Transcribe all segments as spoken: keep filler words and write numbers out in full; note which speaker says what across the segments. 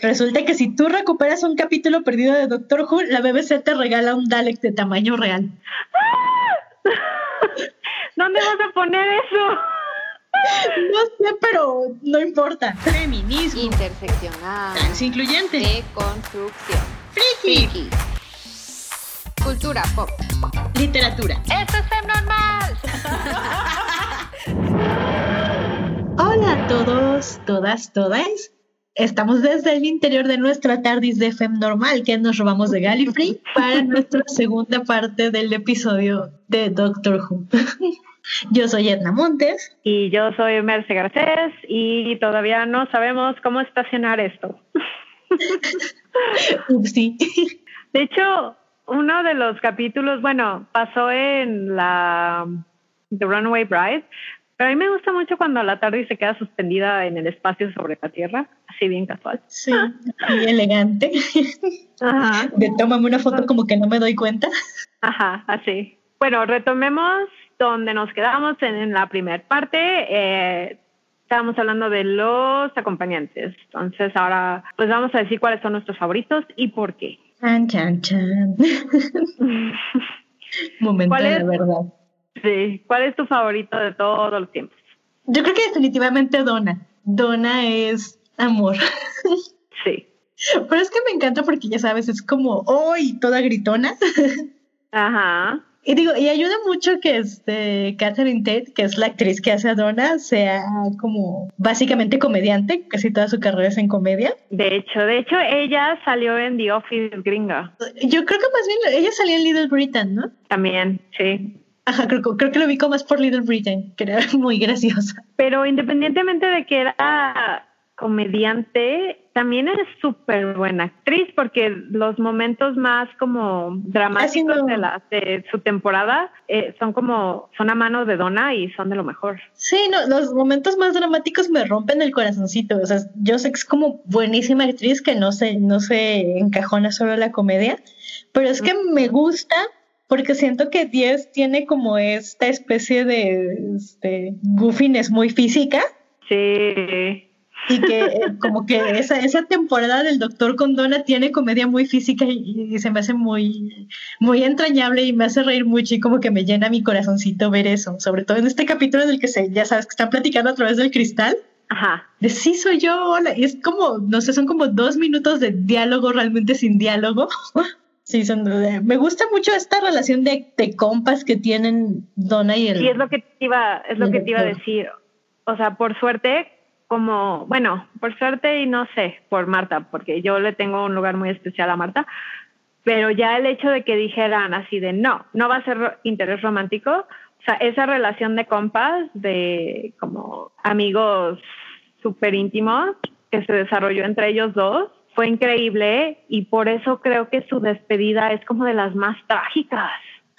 Speaker 1: Resulta que si tú recuperas un capítulo perdido de Doctor Who, la B B C te regala un Dalek de tamaño real.
Speaker 2: ¿Dónde vas a poner eso?
Speaker 1: No sé, pero no importa.
Speaker 3: Feminismo. Interseccional.
Speaker 1: Transincluyente.
Speaker 3: Deconstrucción.
Speaker 1: Friki.
Speaker 3: Friki. Cultura pop.
Speaker 1: Literatura.
Speaker 3: ¡Esto es Femnormal!
Speaker 1: Hola a todos, todas, todas. Estamos desde el interior de nuestra TARDIS de Femnormal que nos robamos de Gallifrey para nuestra segunda parte del episodio de Doctor Who. Yo soy Edna Montes.
Speaker 2: Y yo soy Merce Garcés y todavía no sabemos cómo estacionar esto.
Speaker 1: Upsi.
Speaker 2: De hecho, uno de los capítulos, bueno, pasó en la The Runaway Bride, pero a mí me gusta mucho cuando la TARDIS se queda suspendida en el espacio sobre la Tierra, así bien casual.
Speaker 1: Sí, muy elegante.
Speaker 2: Ajá.
Speaker 1: De tómame una foto como que no me doy cuenta.
Speaker 2: Ajá, así. Bueno, retomemos donde nos quedamos en, en la primera parte. Eh, estábamos hablando de los acompañantes. Entonces ahora pues vamos a decir cuáles son nuestros favoritos y por qué.
Speaker 1: Chan, chan, chan. Momento de la verdad.
Speaker 2: Sí, ¿cuál es tu favorito de todos los tiempos?
Speaker 1: Yo creo que definitivamente Donna. Donna es amor.
Speaker 2: Sí.
Speaker 1: Pero es que me encanta porque ya sabes, es como, ¡ay! Toda gritona.
Speaker 2: Ajá.
Speaker 1: Y digo, y ayuda mucho que este Catherine Tate, que es la actriz que hace a Donna, sea como básicamente comediante, casi toda su carrera es en comedia.
Speaker 2: De hecho, de hecho, ella salió en The Office gringa.
Speaker 1: Yo creo que más bien ella salía en Little Britain, ¿no?
Speaker 2: También, sí.
Speaker 1: Ajá, creo, creo que lo vi como más por Little Britain, que era muy graciosa.
Speaker 2: Pero independientemente de que era comediante, también es súper buena actriz porque los momentos más como dramáticos no. de, la, de su temporada eh, son como, son a manos de Donna y son de lo mejor.
Speaker 1: Sí, no, los momentos más dramáticos me rompen el corazoncito. O sea, yo sé que es como buenísima actriz que no se, no se encajona solo en la comedia, pero es que mm. me gusta porque siento que Diez tiene como esta especie de este, goofiness muy física.
Speaker 2: Sí.
Speaker 1: Y que como que esa, esa temporada del Doctor con Donna tiene comedia muy física y, y se me hace muy, muy entrañable y me hace reír mucho y como que me llena mi corazoncito ver eso, sobre todo en este capítulo en el que se, ya sabes que están platicando a través del cristal.
Speaker 2: Ajá.
Speaker 1: De sí soy yo, hola, y es como, no sé, son como dos minutos de diálogo realmente sin diálogo. Sí, son, me gusta mucho esta relación de, de compas que tienen Donna y el...
Speaker 2: Sí, es lo que te iba, es lo que te iba a decir, o sea, por suerte... como, bueno, por suerte y no sé, por Marta, porque yo le tengo un lugar muy especial a Marta, pero ya el hecho de que dijeran así de no, no va a ser interés romántico, o sea, esa relación de compas, de como amigos súper íntimos que se desarrolló entre ellos dos, fue increíble y por eso creo que su despedida es como de las más trágicas.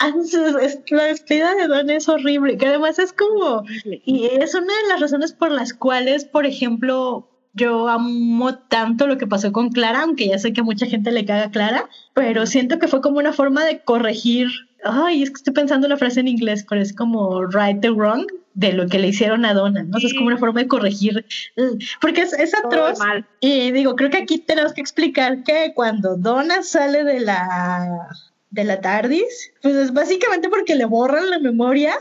Speaker 1: La despedida de Donna es horrible, que además es como, y es una de las razones por las cuales, por ejemplo, yo amo tanto lo que pasó con Clara, aunque ya sé que a mucha gente le caga Clara, pero siento que fue como una forma de corregir, ay, es que estoy pensando la frase en inglés, pero es como right the wrong de lo que le hicieron a Donna, ¿no? Sí. O sea, es como una forma de corregir, porque es, es atroz, y digo, creo que aquí tenemos que explicar que cuando Donna sale de la... de la TARDIS, pues es básicamente porque le borran la memoria.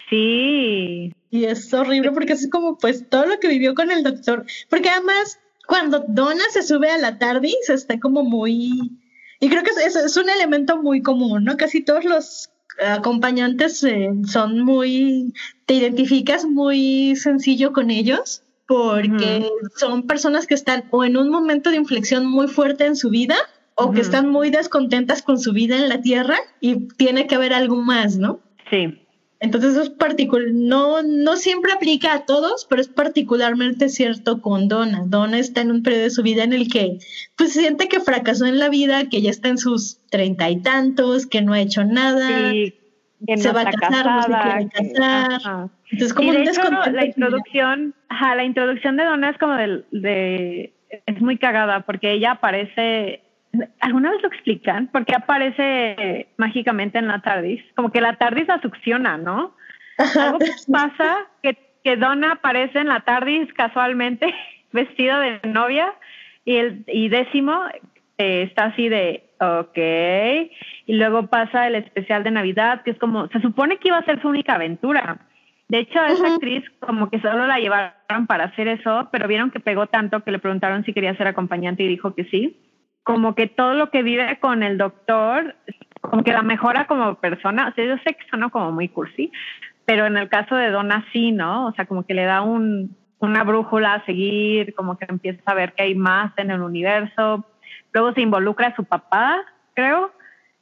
Speaker 2: Sí.
Speaker 1: Y es horrible porque es como pues todo lo que vivió con el doctor, porque además cuando Donna se sube a la TARDIS está como muy, y creo que es, es un elemento muy común, ¿no? Casi todos los acompañantes eh, son muy, te identificas muy sencillo con ellos porque uh-huh. son personas que están o en un momento de inflexión muy fuerte en su vida o que están muy descontentas con su vida en la Tierra y tiene que haber algo más, ¿no?
Speaker 2: Sí.
Speaker 1: Entonces eso es particular, no, no siempre aplica a todos, pero es particularmente cierto con Donna. Donna está en un periodo de su vida en el que pues siente que fracasó en la vida, que ya está en sus treinta y tantos, que no ha hecho nada,
Speaker 2: sí, que no
Speaker 1: se va a casar,
Speaker 2: casada,
Speaker 1: no se quiere casar.
Speaker 2: Ajá.
Speaker 1: Entonces como
Speaker 2: y
Speaker 1: un
Speaker 2: de hecho,
Speaker 1: descontento.
Speaker 2: la introducción, ajá, la introducción de Donna es como de, de, es muy cagada porque ella aparece... ¿Alguna vez lo explican? ¿Por qué aparece mágicamente en la TARDIS? Como que la TARDIS la succiona, ¿no?
Speaker 1: Ajá.
Speaker 2: Algo pasa que, que Donna aparece en la TARDIS casualmente, vestida de novia, Y, el, y décimo eh, está así de, ok, y luego pasa el especial de Navidad, que es como, se supone que iba a ser su única aventura. De hecho, a esa uh-huh. actriz como que solo la llevaron para hacer eso, pero vieron que pegó tanto que le preguntaron si quería ser acompañante y dijo que sí. Como que todo lo que vive con el doctor, como que la mejora como persona. O sea, yo sé que suena como muy cursi, pero en el caso de Donna sí, ¿no? O sea, como que le da un, una brújula a seguir, como que empieza a ver que hay más en el universo. Luego se involucra a su papá, creo,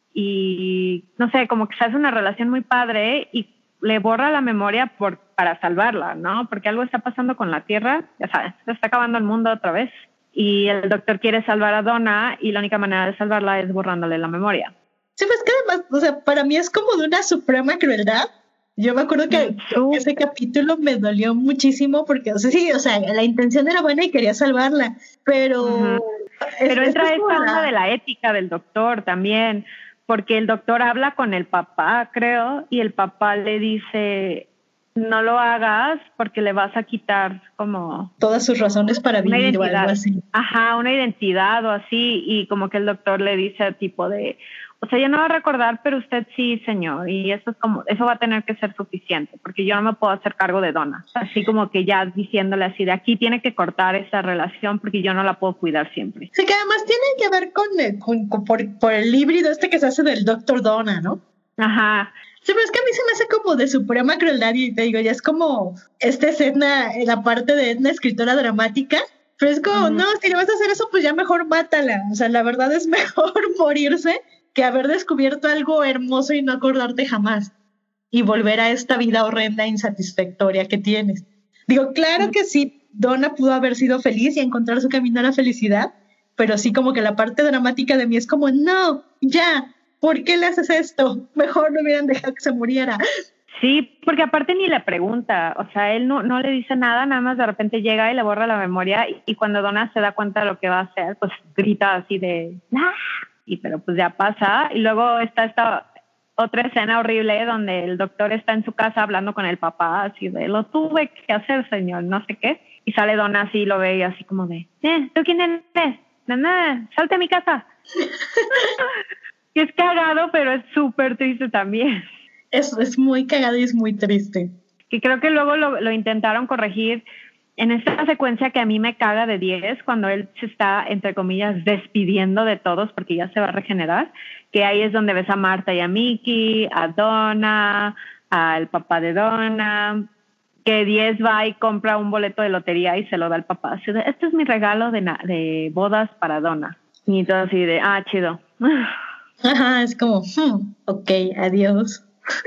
Speaker 2: y no sé, como que se hace una relación muy padre y le borra la memoria por, para salvarla, ¿no? Porque algo está pasando con la Tierra, ya sabes, se está acabando el mundo otra vez. Y el doctor quiere salvar a Donna y la única manera de salvarla es borrándole la memoria.
Speaker 1: Sí, pues que además, o sea, para mí es como de una suprema crueldad. Yo me acuerdo que uh, ese capítulo me dolió muchísimo porque, o sea, sí, o sea, la intención era buena y quería salvarla, pero... Uh-huh.
Speaker 2: es, pero entra esta onda de la ética del doctor también, porque el doctor habla con el papá, creo, y el papá le dice, no lo hagas porque le vas a quitar como...
Speaker 1: todas sus razones para vivir o algo así.
Speaker 2: Ajá, una identidad o así, y como que el doctor le dice tipo de, o sea, yo no voy a recordar, pero usted sí, señor, y eso es como, eso va a tener que ser suficiente, porque yo no me puedo hacer cargo de Donna. Así como que ya diciéndole así, de aquí tiene que cortar esa relación porque yo no la puedo cuidar siempre.
Speaker 1: Sí, que además tiene que ver con, con, con por, por el híbrido este que se hace del doctor Donna, ¿no?
Speaker 2: Ajá.
Speaker 1: Sí, pero es que a mí se me hace como de suprema crueldad y te digo, ya es como esta escena, la parte de una escritora dramática, pero es como, mm. no, si le vas a hacer eso, pues ya mejor mátala. O sea, la verdad es mejor morirse que haber descubierto algo hermoso y no acordarte jamás y volver a esta vida horrenda e insatisfactoria que tienes. Digo, claro mm. que sí, Donna pudo haber sido feliz y encontrar su camino a la felicidad, pero sí como que la parte dramática de mí es como, no, ya, ¿por qué le haces esto? Mejor no hubieran dejado que se muriera.
Speaker 2: Sí, porque aparte ni le pregunta, o sea, él no, no le dice nada, nada más de repente llega y le borra la memoria y, y cuando Donna se da cuenta de lo que va a hacer, pues grita así de ¡ah! Y pero pues ya pasa. Y luego está esta otra escena horrible donde el doctor está en su casa hablando con el papá, así de lo tuve que hacer, señor, no sé qué. Y sale Donna así y lo ve y así como de, eh, ¿tú quién eres? Nada, salte a mi casa. Y es cagado, pero es súper triste también.
Speaker 1: Es, es muy cagado y es muy triste.
Speaker 2: Y creo que luego lo, lo intentaron corregir en esta secuencia que a mí me caga de diez, cuando él se está, entre comillas, despidiendo de todos porque ya se va a regenerar, que ahí es donde ves a Marta y a Mickey, a Donna, al papá de Donna, que diez va y compra un boleto de lotería y se lo da al papá. Así de, este es mi regalo de, na- de bodas para Donna. Y todo así de, ah, chido.
Speaker 1: Ajá, es como, hmm, ok, adiós.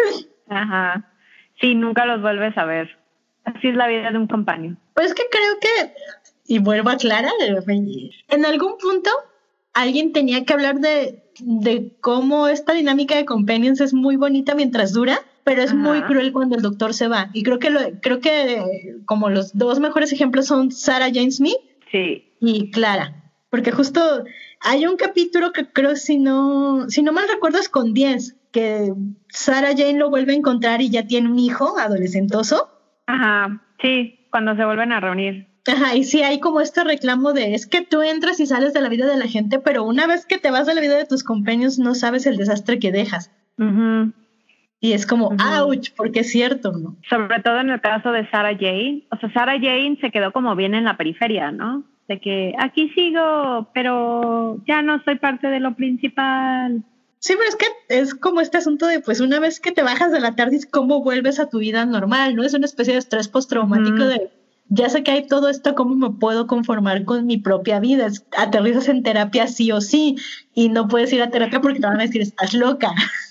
Speaker 2: Ajá. Sí, nunca los vuelves a ver. Así es la vida de un compañero.
Speaker 1: Pues que creo que, y vuelvo a aclarar, en algún punto alguien tenía que hablar de, de cómo esta dinámica de companions es muy bonita mientras dura, pero es Ajá. muy cruel cuando el doctor se va. Y creo que lo, creo que como los dos mejores ejemplos son Sarah Jane Smith
Speaker 2: sí.
Speaker 1: y Clara. Porque justo hay un capítulo que creo, si no, si no mal recuerdo, es con diez, que Sarah Jane lo vuelve a encontrar y ya tiene un hijo adolescentoso.
Speaker 2: Ajá, sí, cuando se vuelven a reunir.
Speaker 1: Ajá, y sí hay como este reclamo de, es que tú entras y sales de la vida de la gente, pero una vez que te vas de la vida de tus compañeros no sabes el desastre que dejas.
Speaker 2: Uh-huh.
Speaker 1: Y es como,
Speaker 2: uh-huh.
Speaker 1: ouch, porque es cierto, ¿no?
Speaker 2: Sobre todo en el caso de Sarah Jane. O sea, Sarah Jane se quedó como bien en la periferia, ¿no? De que aquí sigo, pero ya no soy parte de lo principal.
Speaker 1: Sí, pero es que es como este asunto de, pues, una vez que te bajas de la TARDIS, ¿cómo vuelves a tu vida normal? ¿No? Es una especie de estrés postraumático uh-huh. de, ya sé que hay todo esto, ¿cómo me puedo conformar con mi propia vida? Aterrizas en terapia sí o sí, y no puedes ir a terapia porque te van a decir, estás loca.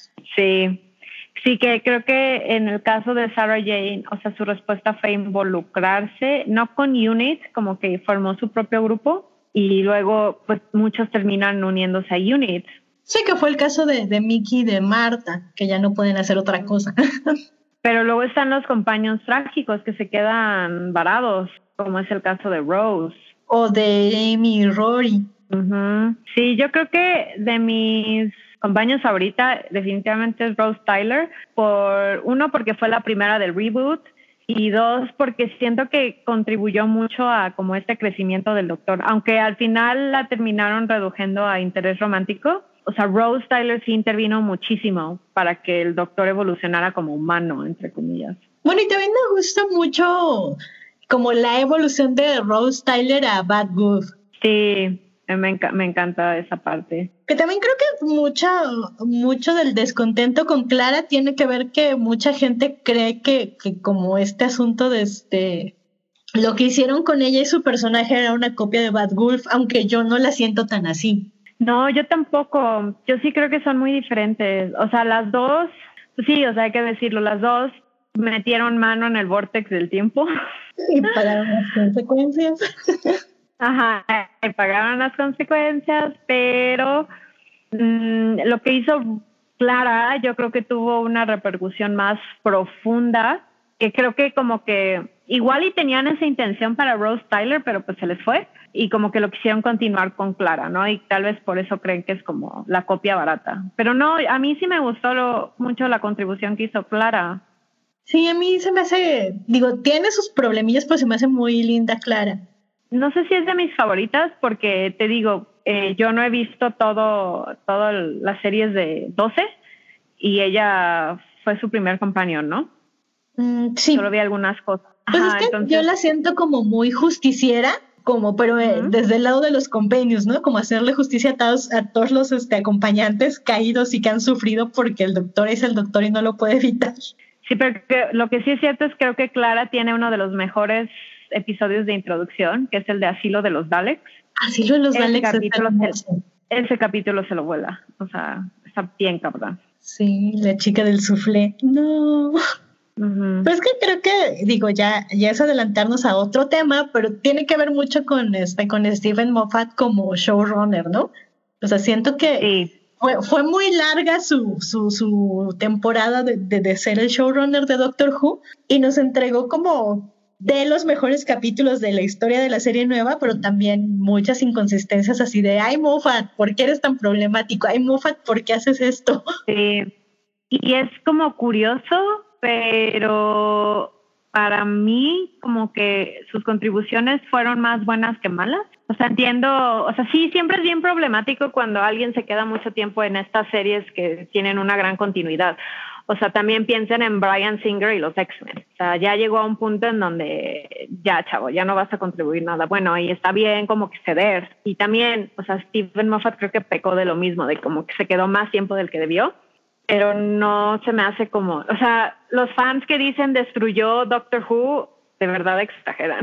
Speaker 2: Sí, sí que creo que en el caso de Sarah Jane, o sea, su respuesta fue involucrarse, no con UNIT, como que formó su propio grupo, y luego, pues, muchos terminan uniéndose a UNIT.
Speaker 1: Sí, que fue el caso de, de Mickey y de Marta, que ya no pueden hacer otra cosa.
Speaker 2: Pero luego están los compañeros trágicos que se quedan varados, como es el caso de Rose.
Speaker 1: O de Amy y Rory.
Speaker 2: Uh-huh. Sí, yo creo que de mis compañeros ahorita definitivamente es Rose Tyler. Por, uno, porque fue la primera del reboot, Y dos, porque siento que contribuyó mucho a como este crecimiento del doctor, aunque al final la terminaron reduciendo a interés romántico. O sea, Rose Tyler sí intervino muchísimo para que el doctor evolucionara como humano, entre comillas.
Speaker 1: Bueno, y también me gusta mucho como la evolución de Rose Tyler a Bad Wolf.
Speaker 2: Sí, me, enc- me encanta esa parte.
Speaker 1: Que también creo que mucha, mucho del descontento con Clara tiene que ver que mucha gente cree que, que como este asunto de este, lo que hicieron con ella y su personaje era una copia de Bad Wolf, aunque yo no la siento tan así.
Speaker 2: No, yo tampoco. Yo sí creo que son muy diferentes. O sea, las dos, pues sí, o sea, hay que decirlo, las dos metieron mano en el vortex del tiempo.
Speaker 1: Y pagaron las consecuencias.
Speaker 2: Ajá, y pagaron las consecuencias, pero mmm, lo que hizo Clara, yo creo que tuvo una repercusión más profunda, que creo que como que igual y tenían esa intención para Rose Tyler, pero pues se les fue, y como que lo quisieron continuar con Clara, ¿no? Y tal vez por eso creen que es como la copia barata. Pero no, a mí sí me gustó lo, mucho la contribución que hizo Clara.
Speaker 1: Sí, a mí se me hace, digo, tiene sus problemillas, pero se me hace muy linda Clara.
Speaker 2: No sé si es de mis favoritas porque te digo, eh, yo no he visto todo, todas las series de doce y ella fue su primer compañero, ¿no?
Speaker 1: Mm, sí.
Speaker 2: Solo vi algunas cosas.
Speaker 1: Pues
Speaker 2: Ajá,
Speaker 1: es que
Speaker 2: entonces,
Speaker 1: yo la siento como muy justiciera, como pero eh, uh-huh. desde el lado de los companions, ¿no? Como hacerle justicia a todos, a todos los este, acompañantes caídos y que han sufrido porque el doctor es el doctor y no lo puede evitar.
Speaker 2: Sí, pero que, lo que sí es cierto es que creo que Clara tiene uno de los mejores episodios de introducción, que es el de Asilo de los Daleks.
Speaker 1: Asilo de los
Speaker 2: ese
Speaker 1: Daleks.
Speaker 2: Capítulo se, ese capítulo se lo vuela. O sea, está bien cabrón.
Speaker 1: Sí, la chica del soufflé. No. Uh-huh. Pues que creo que, digo, ya, ya es adelantarnos a otro tema, pero tiene que ver mucho con este, con Steven Moffat como showrunner, ¿no? O sea, siento que
Speaker 2: sí.
Speaker 1: fue, fue muy larga su, su, su temporada de, de, de ser el showrunner de Doctor Who y nos entregó como de los mejores capítulos de la historia de la serie nueva, pero también muchas inconsistencias así de, ay Moffat, ¿por qué eres tan problemático? Ay Moffat, ¿por qué haces esto?
Speaker 2: Sí, y es como curioso, pero para mí como que sus contribuciones fueron más buenas que malas. O sea, entiendo, o sea, sí, siempre es bien problemático cuando alguien se queda mucho tiempo en estas series que tienen una gran continuidad. O sea, también piensen en Bryan Singer y los X-Men. O sea, ya llegó a un punto en donde ya, chavo, ya no vas a contribuir nada. Bueno, y está bien como que ceder. Y también, o sea, Steven Moffat creo que pecó de lo mismo, de como que se quedó más tiempo del que debió. Pero no se me hace como... O sea, los fans que dicen destruyó Doctor Who, de verdad exageran.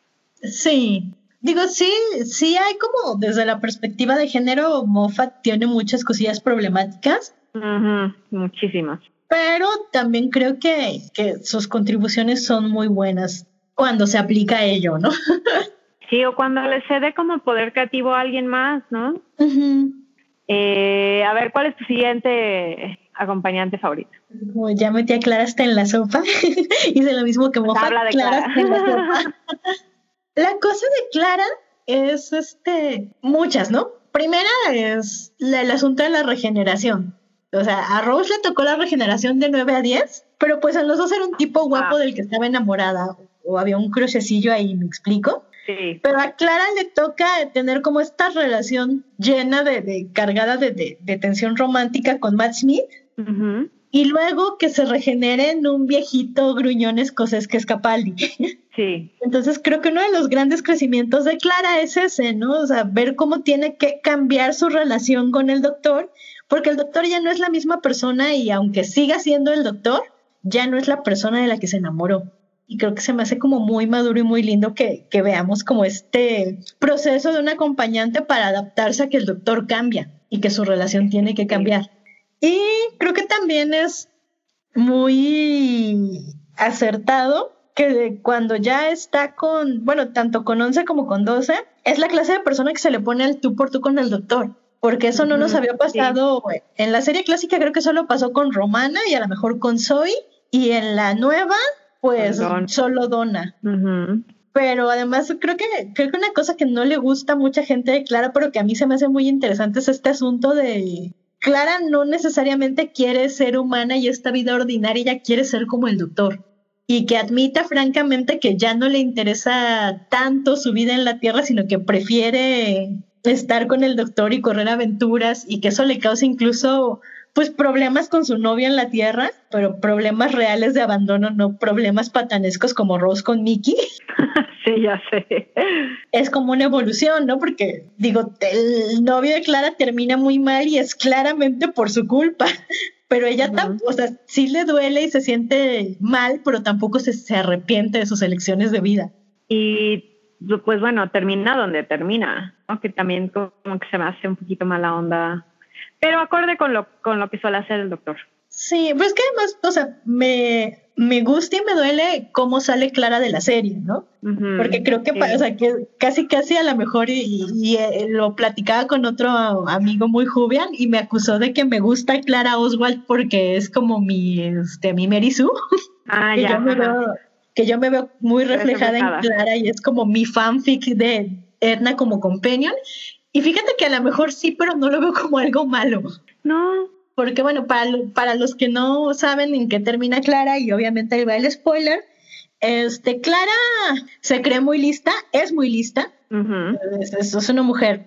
Speaker 1: Sí. Digo, sí, sí hay como desde la perspectiva de género, Moffat tiene muchas cosillas problemáticas.
Speaker 2: Uh-huh, muchísimas.
Speaker 1: Pero también creo que, que sus contribuciones son muy buenas cuando se aplica a ello, ¿no?
Speaker 2: Sí, o cuando le cede como poder creativo a alguien más, ¿no?
Speaker 1: Uh-huh.
Speaker 2: Eh, a ver, ¿cuál es tu siguiente acompañante favorito?
Speaker 1: Como ya metí a Clara hasta en la sopa. Hice lo mismo que Moffat.
Speaker 2: Habla de
Speaker 1: Clara.
Speaker 2: Clara.
Speaker 1: En la sopa. La cosa de Clara es este muchas, ¿no? Primera es la, el asunto de la regeneración. O sea, a Rose le tocó la regeneración de nueve a diez, pero pues en los dos era un tipo guapo ah. del que estaba enamorada, o había un crucecillo ahí, ¿me explico?
Speaker 2: Sí.
Speaker 1: Pero a Clara le toca tener como esta relación llena de, de cargada de, de, de tensión romántica con Matt Smith,
Speaker 2: uh-huh.
Speaker 1: y luego que se regenere en un viejito gruñón escocés que es Capaldi.
Speaker 2: Sí.
Speaker 1: Entonces creo que uno de los grandes crecimientos de Clara es ese, ¿no? O sea, ver cómo tiene que cambiar su relación con el doctor, porque el doctor ya no es la misma persona y aunque siga siendo el doctor, ya no es la persona de la que se enamoró. Y creo que se me hace como muy maduro y muy lindo que, que veamos como este proceso de un acompañante para adaptarse a que el doctor cambia y que su relación tiene que cambiar. Y creo que también es muy acertado que cuando ya está con, bueno, tanto con once como con doce, es la clase de persona que se le pone al tú por tú con el doctor. Porque eso no nos había pasado, sí. En la serie clásica creo que solo pasó con Romana y a lo mejor con Zoe, y en la nueva, pues Don. solo Donna.
Speaker 2: Uh-huh.
Speaker 1: Pero además creo que, creo que una cosa que no le gusta a mucha gente de Clara, pero que a mí se me hace muy interesante, es este asunto de... Clara no necesariamente quiere ser humana y esta vida ordinaria, ella quiere ser como el doctor. y que admita francamente que ya no le interesa tanto su vida en la Tierra, sino que prefiere estar con el doctor y correr aventuras, y que eso le causa incluso pues problemas con su novia en la Tierra, pero problemas reales de abandono, no problemas patanescos como Rose con Mickey.
Speaker 2: Sí, ya sé.
Speaker 1: Es como una evolución, ¿no? Porque, digo, el novio de Clara termina muy mal y es claramente por su culpa, pero ella uh-huh. tampoco, o sea, sí le duele y se siente mal, pero tampoco se, se arrepiente de sus elecciones de vida.
Speaker 2: Y pues bueno, termina donde termina, aunque también como que se me hace un poquito mala onda, pero acorde con lo, con lo que suele hacer el doctor.
Speaker 1: Sí, pero es que además, o sea, me, me gusta y me duele cómo sale Clara de la serie, ¿no? Uh-huh, Porque creo que, sí. o sea, que casi casi a lo mejor, y, y, y lo platicaba con otro amigo muy jovial, y me acusó de que me gusta Clara Oswald porque es como mi, este, mi Mary Sue.
Speaker 2: Ah,
Speaker 1: que
Speaker 2: ya.
Speaker 1: Yo me veo, que yo me veo muy reflejada, reflejada en Clara, y es como mi fanfic de Edna como companion. Y fíjate que a lo mejor sí, pero no lo veo como algo malo.
Speaker 2: No.
Speaker 1: Porque bueno, para, para los que no saben en qué termina Clara, y obviamente ahí va el spoiler, este, Clara se cree muy lista, es muy lista, uh-huh. es, es una mujer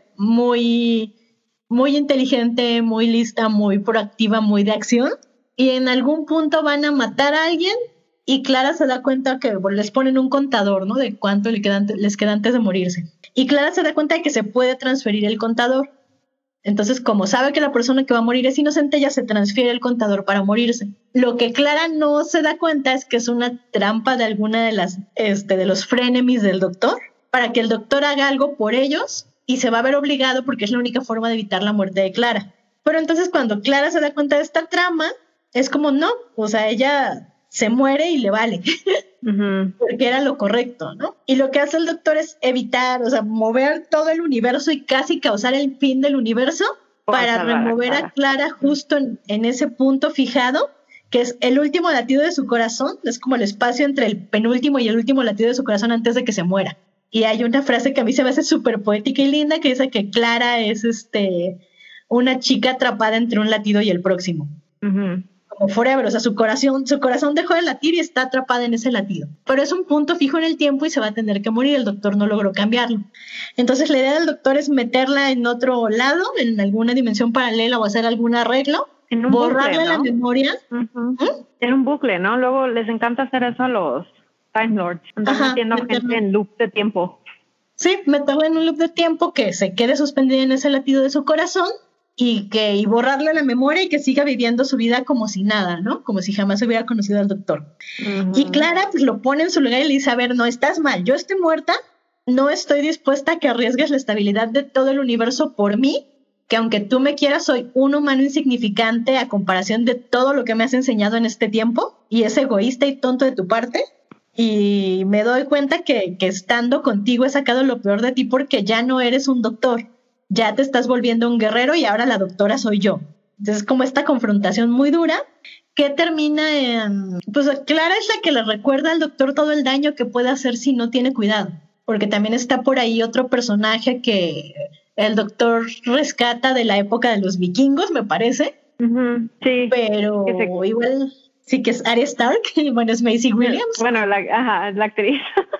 Speaker 1: muy, muy inteligente, muy lista, muy proactiva, muy de acción, y en algún punto van a matar a alguien, y Clara se da cuenta que bueno, les ponen un contador, ¿no? De cuánto le queda, les queda antes de morirse. Y Clara se da cuenta de que se puede transferir el contador. Entonces, como sabe que la persona que va a morir es inocente, ella se transfiere el contador para morirse. Lo que Clara no se da cuenta es que es una trampa de alguna de las, este, de los frenemies del doctor, para que el doctor haga algo por ellos, y se va a ver obligado porque es la única forma de evitar la muerte de Clara. Pero entonces cuando Clara se da cuenta de esta trama, es como no, o sea, ella se muere y le vale, uh-huh. porque era lo correcto, ¿no? Y lo que hace el doctor es evitar, o sea, mover todo el universo y casi causar el fin del universo Por para remover a Clara, a Clara justo en, en ese punto fijado, que es el último latido de su corazón, es como el espacio entre el penúltimo y el último latido de su corazón antes de que se muera. Y hay una frase que a mí se me hace súper poética y linda, que dice que Clara es este, una chica atrapada entre un latido y el próximo. Uh-huh. Como forever, o sea, su corazón, su corazón dejó de latir y está atrapada en ese latido. Pero es un punto fijo en el tiempo y se va a tener que morir. El doctor no logró cambiarlo. Entonces la idea del doctor es meterla en otro lado, en alguna dimensión paralela o hacer algún arreglo,
Speaker 2: en un
Speaker 1: borrarle
Speaker 2: bucle, ¿no?
Speaker 1: la memoria.
Speaker 2: Uh-huh. ¿Mm? En un bucle, ¿no? Luego les encanta hacer eso a los Time Lords, andar Ajá, metiendo meterlo. gente en loop de tiempo.
Speaker 1: Sí, meterla en un loop de tiempo que se quede suspendida en ese latido de su corazón, y que y borrarle la memoria y que siga viviendo su vida como si nada, ¿no? Como si jamás hubiera conocido al doctor. Uh-huh. Y Clara pues lo pone en su lugar y le dice, a ver, no, estás mal, yo estoy muerta, no estoy dispuesta a que arriesgues la estabilidad de todo el universo por mí, que aunque tú me quieras, soy un humano insignificante a comparación de todo lo que me has enseñado en este tiempo, y es egoísta y tonto de tu parte, y me doy cuenta que, que estando contigo he sacado lo peor de ti porque ya no eres un doctor. Ya te estás volviendo un guerrero y ahora la doctora soy yo. Entonces, como esta confrontación muy dura, que termina en... Pues Clara es la que le recuerda al doctor todo el daño que puede hacer si no tiene cuidado. Porque también está por ahí otro personaje que el doctor rescata de la época de los vikingos, me parece.
Speaker 2: Uh-huh, sí.
Speaker 1: Pero se... igual sí que es Arya Stark, bueno, es Maisie Williams.
Speaker 2: Bueno, la, ajá, la actriz.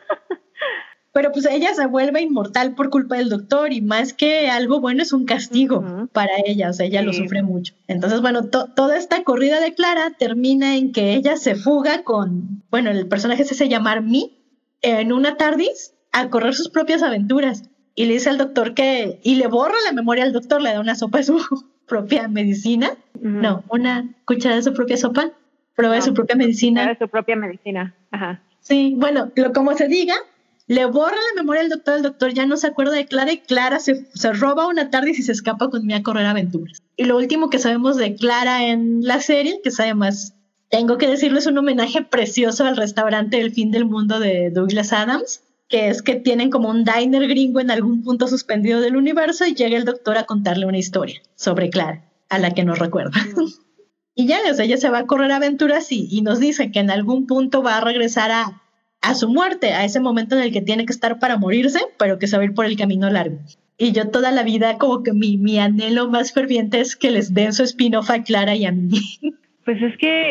Speaker 1: Pero pues ella se vuelve inmortal por culpa del doctor, y más que algo bueno es un castigo uh-huh. para ella, o sea, ella sí. lo sufre mucho. Entonces, bueno, to- toda esta corrida de Clara termina en que ella se fuga con, bueno, el personaje se hace llamar Mi, en una TARDIS a correr sus propias aventuras. Y le dice al doctor que, y le borra la memoria al doctor, le da una sopa de su propia medicina, uh-huh. no, una cucharada de su propia sopa, prueba no, de su propia medicina.
Speaker 2: De su propia medicina, ajá.
Speaker 1: Sí, bueno, lo como se diga, le borra la memoria al doctor, el doctor ya no se acuerda de Clara, y Clara se, se roba una TARDIS y se escapa con Mi a correr aventuras. Y lo último que sabemos de Clara en la serie, que es además, tengo que decirlo, es un homenaje precioso al restaurante El fin del mundo de Douglas Adams, que es que tienen como un diner gringo en algún punto suspendido del universo, y llega el doctor a contarle una historia sobre Clara, a la que nos recuerda. Mm. Y ya, o sea, ella se va a correr aventuras y, y nos dice que en algún punto va a regresar a a su muerte, a ese momento en el que tiene que estar para morirse, pero que se va a ir por el camino largo. Y yo toda la vida como que mi, mi anhelo más ferviente es que les den su spin-off a Clara y a mí.
Speaker 2: Pues es que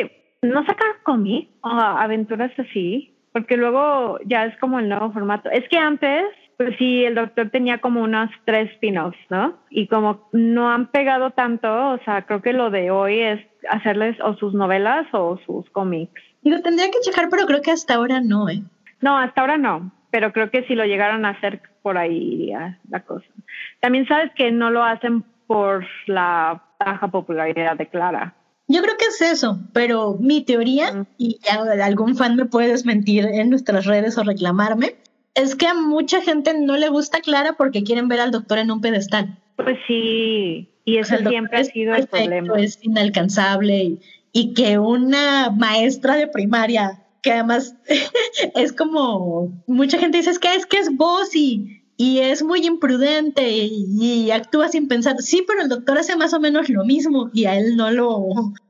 Speaker 2: no sacar cómic o aventuras así, porque luego ya es como el nuevo formato. Es que antes, pues sí, el Doctor tenía como unos tres spin-offs, ¿no? Y como no han pegado tanto, o sea, creo que lo de hoy es hacerles o sus novelas o sus cómics.
Speaker 1: Digo, tendría que checar, pero creo que hasta ahora no, ¿eh?
Speaker 2: No, hasta ahora no, pero creo que si lo llegaron a hacer, por ahí iría la cosa. También sabes que no lo hacen por la baja popularidad de Clara.
Speaker 1: Yo creo que es eso, pero mi teoría, mm. y algún fan me puede desmentir en nuestras redes o reclamarme, es que a mucha gente no le gusta Clara porque quieren ver al Doctor en un pedestal.
Speaker 2: Pues sí, y eso o sea, siempre ha sido el problema.
Speaker 1: Es inalcanzable y, y que una maestra de primaria, que además es como, mucha gente dice, es que es que es bossy y es muy imprudente y, y actúa sin pensar. Sí, pero el Doctor hace más o menos lo mismo y a él no lo,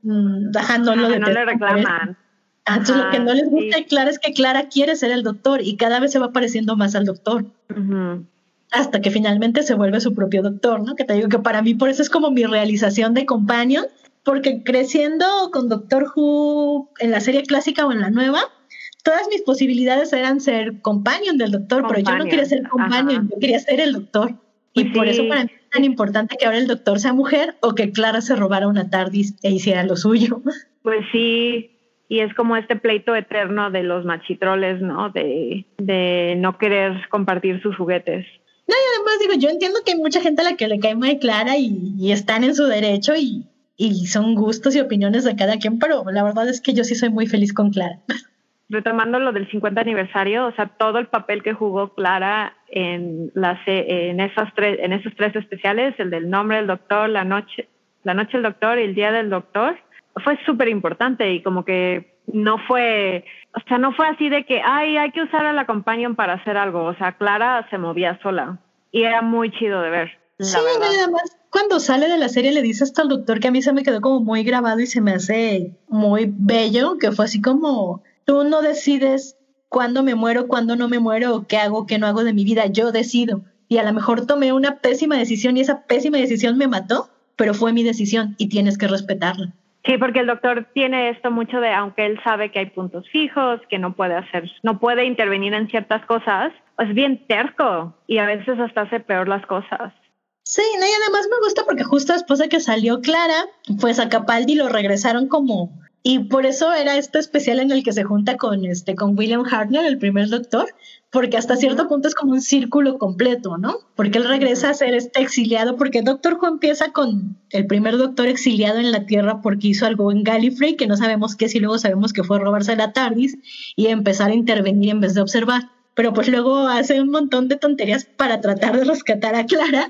Speaker 1: ajá, no, lo
Speaker 2: no le reclaman.
Speaker 1: Entonces ajá, lo que no les gusta sí. de Clara es que Clara quiere ser el Doctor y cada vez se va pareciendo más al Doctor. Uh-huh. Hasta que finalmente se vuelve su propio Doctor, ¿no? Que te digo que para mí por eso es como mi realización de Companion, porque creciendo con Doctor Who en la serie clásica o en la nueva, todas mis posibilidades eran ser Companion del Doctor, companion. Pero yo no quería ser Companion, ajá. Yo quería ser el Doctor. Y pues por sí. eso para mí es tan importante que ahora el Doctor sea mujer o que Clara se robara una TARDIS e hiciera lo suyo.
Speaker 2: Pues sí. Y es como este pleito eterno de los machitroles, ¿no? De, de no querer compartir sus juguetes.
Speaker 1: No, y además digo, yo entiendo que hay mucha gente a la que le cae muy Clara y, y están en su derecho y, y son gustos y opiniones de cada quien, pero la verdad es que yo sí soy muy feliz con Clara.
Speaker 2: Retomando lo del cincuenta aniversario, o sea, todo el papel que jugó Clara en, las, en, esas tres, en esos tres especiales, el del nombre del Doctor, la noche, la noche del Doctor y el día del Doctor, fue súper importante y como que no fue, o sea, no fue así de que, ay, hay que usar a la Companion para hacer algo. O sea, Clara se movía sola y era muy chido de ver.
Speaker 1: Sí, nada más. Cuando sale de la serie le dice hasta al Doctor que a mí se me quedó como muy grabado y se me hace muy bello, que fue así como, tú no decides cuándo me muero, cuándo no me muero, o qué hago, qué no hago de mi vida, yo decido. Y a lo mejor tomé una pésima decisión y esa pésima decisión me mató, pero fue mi decisión y tienes que respetarla.
Speaker 2: Sí, porque el Doctor tiene esto mucho de, aunque él sabe que hay puntos fijos, que no puede hacer, no puede intervenir en ciertas cosas, es bien terco y a veces hasta hace peor las cosas.
Speaker 1: Sí, no, y además me gusta porque justo después de que salió Clara, pues a Capaldi lo regresaron como, y por eso era este especial en el que se junta con este con William Hartnell, el primer Doctor, porque hasta cierto punto es como un círculo completo, ¿no? Porque él regresa a ser este exiliado, porque Doctor Who empieza con el primer Doctor exiliado en la Tierra porque hizo algo en Gallifrey, que no sabemos qué es, y luego sabemos que fue robarse la TARDIS y empezar a intervenir en vez de observar. Pero pues luego hace un montón de tonterías para tratar de rescatar a Clara,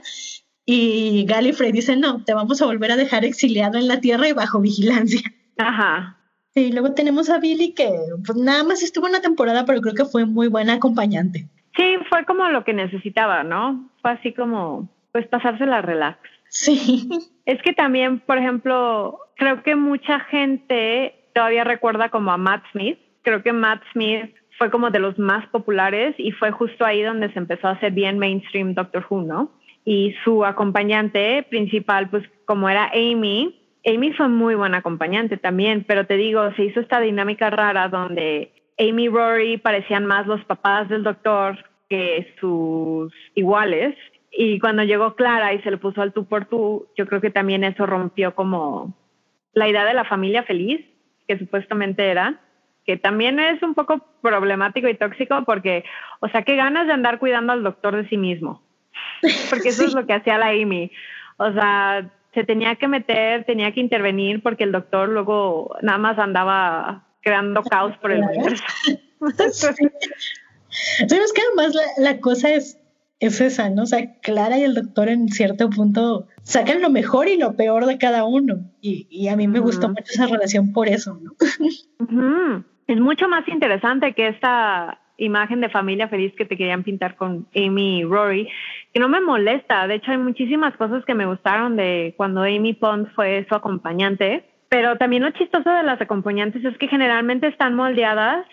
Speaker 1: y Gallifrey dice, no, te vamos a volver a dejar exiliado en la Tierra y bajo vigilancia.
Speaker 2: Ajá.
Speaker 1: Sí, luego tenemos a Billy que pues nada más estuvo una temporada, pero creo que fue muy buena acompañante.
Speaker 2: Sí, fue como lo que necesitaba, ¿no? Fue así como, pues pasársela relax.
Speaker 1: Sí.
Speaker 2: Es que también, por ejemplo, creo que mucha gente todavía recuerda como a Matt Smith. Creo que Matt Smith fue como de los más populares y fue justo ahí donde se empezó a hacer bien mainstream Doctor Who, ¿no? Y su acompañante principal, pues como era Amy, Amy fue muy buena acompañante también, pero te digo, se hizo esta dinámica rara donde Amy y Rory parecían más los papás del Doctor que sus iguales, y cuando llegó Clara y se le puso al tú por tú, yo creo que también eso rompió como la idea de la familia feliz, que supuestamente era, que también es un poco problemático y tóxico porque, o sea, qué ganas de andar cuidando al Doctor de sí mismo, porque eso sí. Es lo que hacía la Amy, o sea, se tenía que meter, tenía que intervenir porque el Doctor luego nada más andaba creando caos por el universo.
Speaker 1: Sí. Entonces, que además la, la cosa es, es esa, ¿no? O sea, Clara y el Doctor en cierto punto sacan lo mejor y lo peor de cada uno. Y, y a mí me uh-huh. gustó mucho esa relación por eso, ¿no?
Speaker 2: Uh-huh. Es mucho más interesante que esta imagen de familia feliz que te querían pintar con Amy y Rory, que no me molesta. De hecho, hay muchísimas cosas que me gustaron de cuando Amy Pond fue su acompañante, pero también lo chistoso de las acompañantes es que generalmente están moldeadas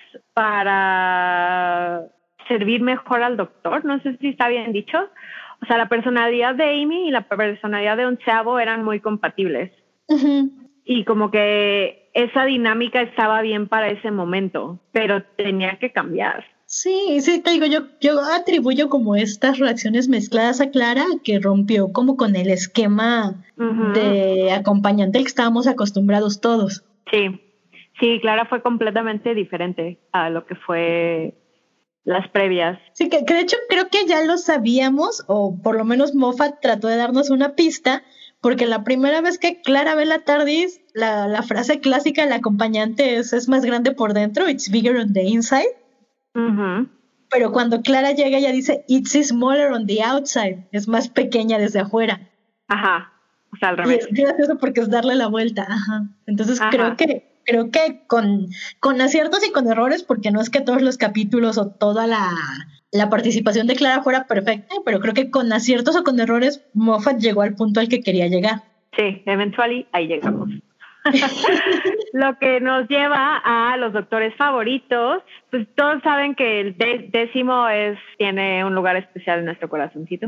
Speaker 2: para servir mejor al Doctor. No sé si está bien dicho. O sea, la personalidad de Amy y la personalidad de Onceavo eran muy compatibles. Uh-huh. Y como que esa dinámica estaba bien para ese momento, pero tenía que cambiar.
Speaker 1: Sí, sí, te digo, yo, yo atribuyo como estas reacciones mezcladas a Clara, que rompió como con el esquema uh-huh. de acompañante al que estábamos acostumbrados todos.
Speaker 2: Sí, sí, Clara fue completamente diferente a lo que fue las previas.
Speaker 1: Sí, que, que de hecho creo que ya lo sabíamos, o por lo menos Moffat trató de darnos una pista, porque la primera vez que Clara ve la TARDIS, la, la frase clásica del acompañante es, es más grande por dentro, it's bigger on the inside.
Speaker 2: Uh-huh.
Speaker 1: Pero cuando Clara llega ella dice it's smaller on the outside, es más pequeña desde afuera.
Speaker 2: Ajá, o sea, al revés.
Speaker 1: Y es gracioso porque es darle la vuelta. Ajá. Entonces Ajá. creo que creo que con, con aciertos y con errores, porque no es que todos los capítulos o toda la, la participación de Clara fuera perfecta, pero creo que con aciertos o con errores Moffat llegó al punto al que quería llegar.
Speaker 2: Sí, eventually ahí llegamos. Lo que nos lleva a los doctores favoritos. Pues todos saben que el de- décimo es, tiene un lugar especial en nuestro corazoncito.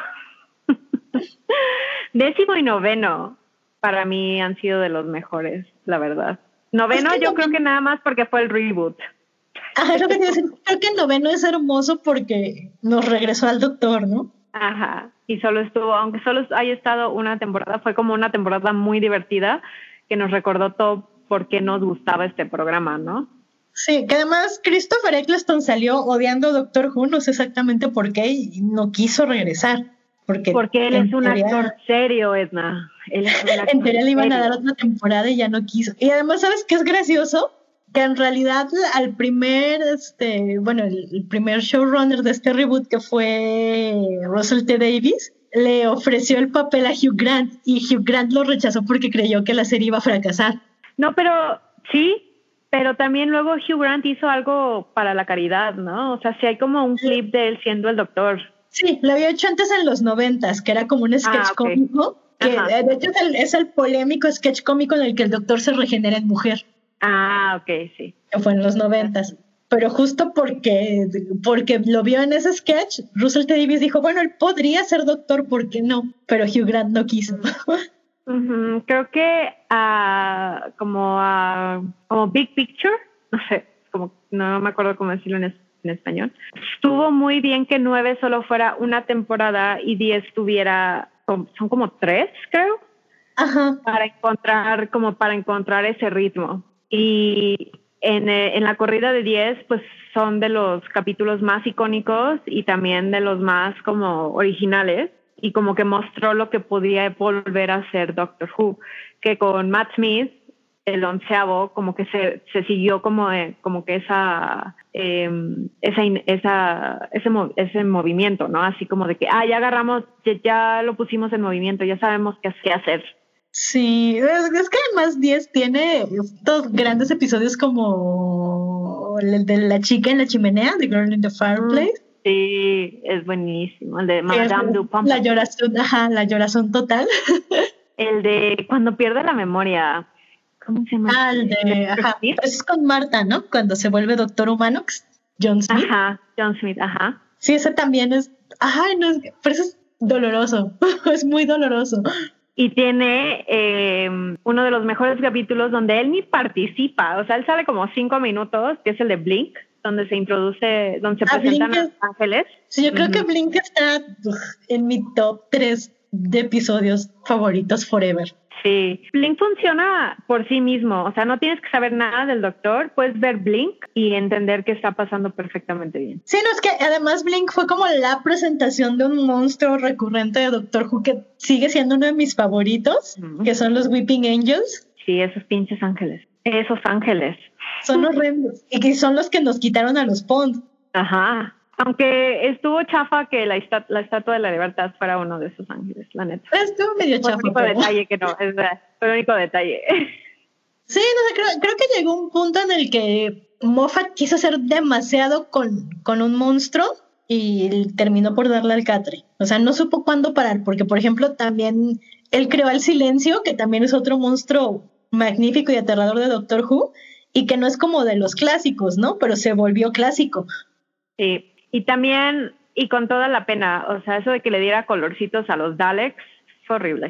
Speaker 2: Décimo y noveno para mí han sido de los mejores, la verdad. Noveno es que yo noveno... creo que nada más porque fue el reboot.
Speaker 1: Ajá, lo que te decía, creo que el noveno es hermoso porque nos regresó al doctor, ¿no?
Speaker 2: Ajá, y solo estuvo, aunque solo haya estado una temporada, fue como una temporada muy divertida que nos recordó todo por qué nos gustaba este programa, ¿no?
Speaker 1: Sí, que además Christopher Eccleston salió odiando a Doctor Who, no sé exactamente por qué, y no quiso regresar. Porque,
Speaker 2: porque él es un teoría, actor serio, Edna. Él es un actor
Speaker 1: en teoría le iban
Speaker 2: serio.
Speaker 1: a dar otra temporada y ya no quiso. Y además, ¿sabes qué es gracioso? Que en realidad al primer, este, bueno, el, el primer showrunner de este reboot, que fue Russell T. Davies, le ofreció el papel a Hugh Grant y Hugh Grant lo rechazó porque creyó que la serie iba a fracasar.
Speaker 2: No, pero sí, pero también luego Hugh Grant hizo algo para la caridad, ¿no? O sea, sí hay como un clip de él siendo el doctor.
Speaker 1: Sí, lo había hecho antes en los noventas, que era como un sketch ah, okay. cómico, que Ajá. de hecho es el, es el polémico sketch cómico en el que el doctor se regenera en mujer.
Speaker 2: Ah, ok, sí.
Speaker 1: Que fue en los noventas. Pero justo porque, porque lo vio en ese sketch, Russell T. Davies dijo, bueno, él podría ser doctor, ¿por qué no? Pero Hugh Grant no quiso.
Speaker 2: Uh-huh. Creo que uh, como, uh, como Big Picture, no sé, como no me acuerdo cómo decirlo en, es, en español, estuvo muy bien que nueve solo fuera una temporada y diez tuviera, son como tres, creo,
Speaker 1: Ajá.
Speaker 2: para encontrar, como para encontrar ese ritmo. Y en, en la corrida de diez, pues son de los capítulos más icónicos y también de los más como originales, y como que mostró lo que podía volver a ser Doctor Who, que con Matt Smith, el onceavo, como que se, se siguió como, eh, como que esa, eh, esa, esa ese, ese movimiento, ¿no? Así como de que, ah, ya agarramos, ya, ya lo pusimos en movimiento, ya sabemos qué, qué hacer.
Speaker 1: Sí, es, es que además diez tiene estos grandes episodios como el de la chica en la chimenea, The Girl in the Fireplace. Mm.
Speaker 2: Sí, es buenísimo. El de Madame du Pompadour.
Speaker 1: La llorazón, ajá, la llorazón total.
Speaker 2: El de cuando pierde la memoria. ¿Cómo se llama?
Speaker 1: Ah, el de, ajá. Es con Marta, ¿no? Cuando se vuelve doctor humano, John Smith.
Speaker 2: Ajá, John Smith, ajá.
Speaker 1: Sí, ese también es, ajá, no, pero eso es doloroso. Es muy doloroso.
Speaker 2: Y tiene eh, uno de los mejores capítulos donde él ni participa. O sea, él sale como cinco minutos, que es el de Blink, donde se introduce, donde se ah, presentan Blink, los ángeles.
Speaker 1: Sí, yo creo uh-huh. que Blink está uf, en mi top tres de episodios favoritos forever.
Speaker 2: Sí, Blink funciona por sí mismo, o sea, no tienes que saber nada del doctor, puedes ver Blink y entender que está pasando perfectamente bien.
Speaker 1: Sí, no, es que además Blink fue como la presentación de un monstruo recurrente de Doctor Who que sigue siendo uno de mis favoritos, uh-huh. que son los Weeping Angels.
Speaker 2: Sí, esos pinches ángeles. Esos ángeles.
Speaker 1: Son horrendos. Y que son los que nos quitaron a los Pond.
Speaker 2: Ajá. Aunque estuvo chafa que la, estat- la Estatua de la Libertad fuera uno de esos ángeles, la neta.
Speaker 1: Estuvo medio chafa.
Speaker 2: Fue el único pero... detalle que no, es fue el único detalle.
Speaker 1: Sí, no sé, creo, creo que llegó un punto en el que Moffat quiso hacer demasiado con, con un monstruo y terminó por darle al catre. O sea, no supo cuándo parar, porque, por ejemplo, también él creó El Silencio, que también es otro monstruo magnífico y aterrador de Doctor Who, y que no es como de los clásicos, ¿no? Pero se volvió clásico.
Speaker 2: Sí. Y también, y con toda la pena, o sea, eso de que le diera colorcitos a los Daleks, fue horrible.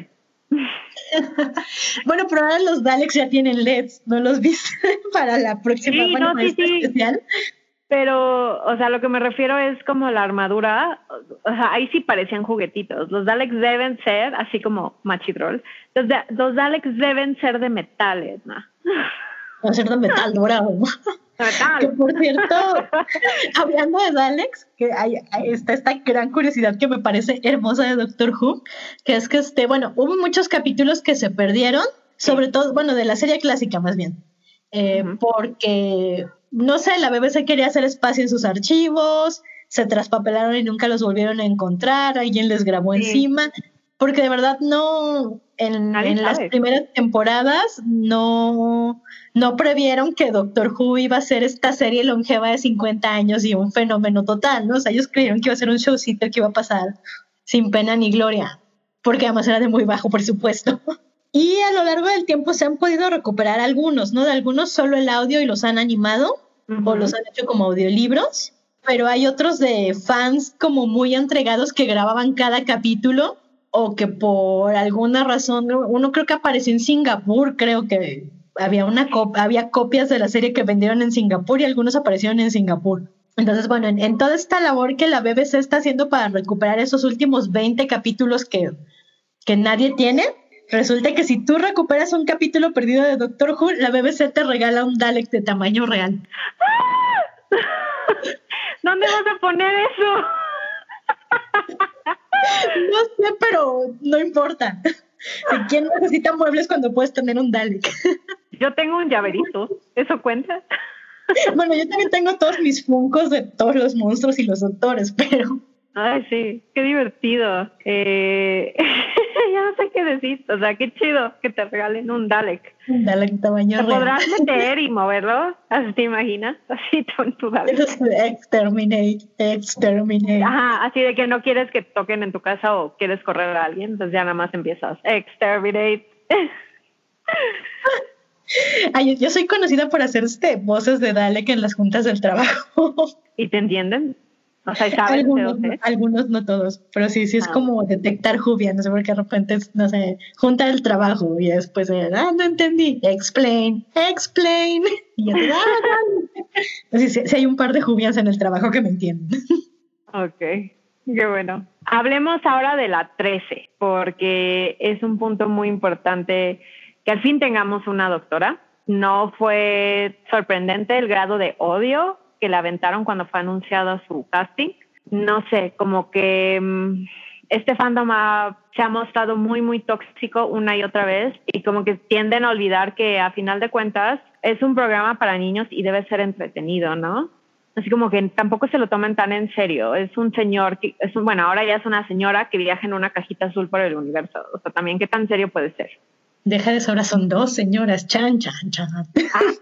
Speaker 1: Bueno, pero ahora los Daleks ya tienen L E Ds, ¿no los viste? Para la próxima,
Speaker 2: Sí,
Speaker 1: bueno,
Speaker 2: no,
Speaker 1: para
Speaker 2: sí,
Speaker 1: este
Speaker 2: sí.
Speaker 1: especial.
Speaker 2: Pero, o sea, lo que me refiero es como la armadura, o sea, ahí sí parecían juguetitos. Los Daleks deben ser, así como Machidrol, los, da- los Daleks deben ser de metales, ¿no?
Speaker 1: Va a ser de metal dorado.
Speaker 2: Metal.
Speaker 1: Que por cierto, hablando de Daleks, que hay, hay- está esta gran curiosidad que me parece hermosa de Doctor Who, que es que este, bueno, hubo muchos capítulos que se perdieron, sobre todo, bueno, de la serie clásica más bien, eh,
Speaker 2: Ujú.
Speaker 1: porque, no sé, la B B C quería hacer espacio en sus archivos, se traspapelaron y nunca los volvieron a encontrar, alguien les grabó
Speaker 2: Sí.
Speaker 1: encima, porque de verdad no, en,
Speaker 2: Nadie
Speaker 1: en las
Speaker 2: sabe.
Speaker 1: primeras temporadas no, no previeron que Doctor Who iba a ser esta serie longeva de cincuenta años y un fenómeno total, ¿no? O sea, ellos creyeron que iba a ser un showcito que iba a pasar sin pena ni gloria, porque además era de muy bajo presupuesto. Y a lo largo del tiempo se han podido recuperar algunos, ¿no? De algunos solo el audio y los han animado,
Speaker 2: Ujú.
Speaker 1: o los han hecho como audiolibros, pero hay otros de fans como muy entregados que grababan cada capítulo o que por alguna razón, uno creo que apareció en Singapur, creo que había una cop- había copias de la serie que vendieron en Singapur y algunos aparecieron en Singapur. Entonces, bueno, en, en toda esta labor que la B B C está haciendo para recuperar esos últimos veinte capítulos que, que nadie tiene, resulta que si tú recuperas un capítulo perdido de Doctor Who, la B B C te regala un Dalek de tamaño real.
Speaker 2: ¿Dónde vas a poner eso?
Speaker 1: No sé, pero no importa. ¿Quién necesita muebles cuando puedes tener un Dalek?
Speaker 2: Yo tengo un llaverito, ¿eso cuenta?
Speaker 1: Bueno, yo también tengo todos mis funcos de todos los monstruos y los doctores, pero...
Speaker 2: Ay, sí, qué divertido. Eh, ya no sé qué decir. O sea, qué chido que te regalen un Dalek.
Speaker 1: Un Dalek tamaño
Speaker 2: ¿Te
Speaker 1: real.
Speaker 2: podrás meter y moverlo? ¿Así te imaginas? Así con tu Dalek.
Speaker 1: Exterminate, exterminate.
Speaker 2: Ajá, así de que no quieres que toquen en tu casa o quieres correr a alguien, entonces ya nada más empiezas. Exterminate.
Speaker 1: Ay, yo soy conocida por hacer este voces de Dalek en las juntas del trabajo.
Speaker 2: ¿Y te entienden? O sea, ¿sabes?
Speaker 1: Algunos,
Speaker 2: ¿sí?
Speaker 1: no, algunos, no todos, pero sí, sí es
Speaker 2: Ah.
Speaker 1: como detectar jubia, no sé por qué de repente, es, no sé, junta del trabajo y después, eh, ah, no entendí, explain, explain, y yo, ah, no. Entonces, sí, sí hay un par de jubias en el trabajo que me entienden.
Speaker 2: Ok, qué bueno. Hablemos ahora de la trece, porque es un punto muy importante que al fin tengamos una doctora. No fue sorprendente el grado de odio que le aventaron cuando fue anunciado su casting. No sé, como que um, este fandom ha, se ha mostrado muy, muy tóxico una y otra vez y como que tienden a olvidar que a final de cuentas es un programa para niños y debe ser entretenido, ¿no? Así como que tampoco se lo tomen tan en serio. Es un señor, que es un, bueno, ahora ya es una señora que viaja en una cajita azul por el universo. O sea, también, ¿qué tan serio puede ser?
Speaker 1: Deja de sobra, son dos señoras, chan, chan, chan.
Speaker 2: Ah,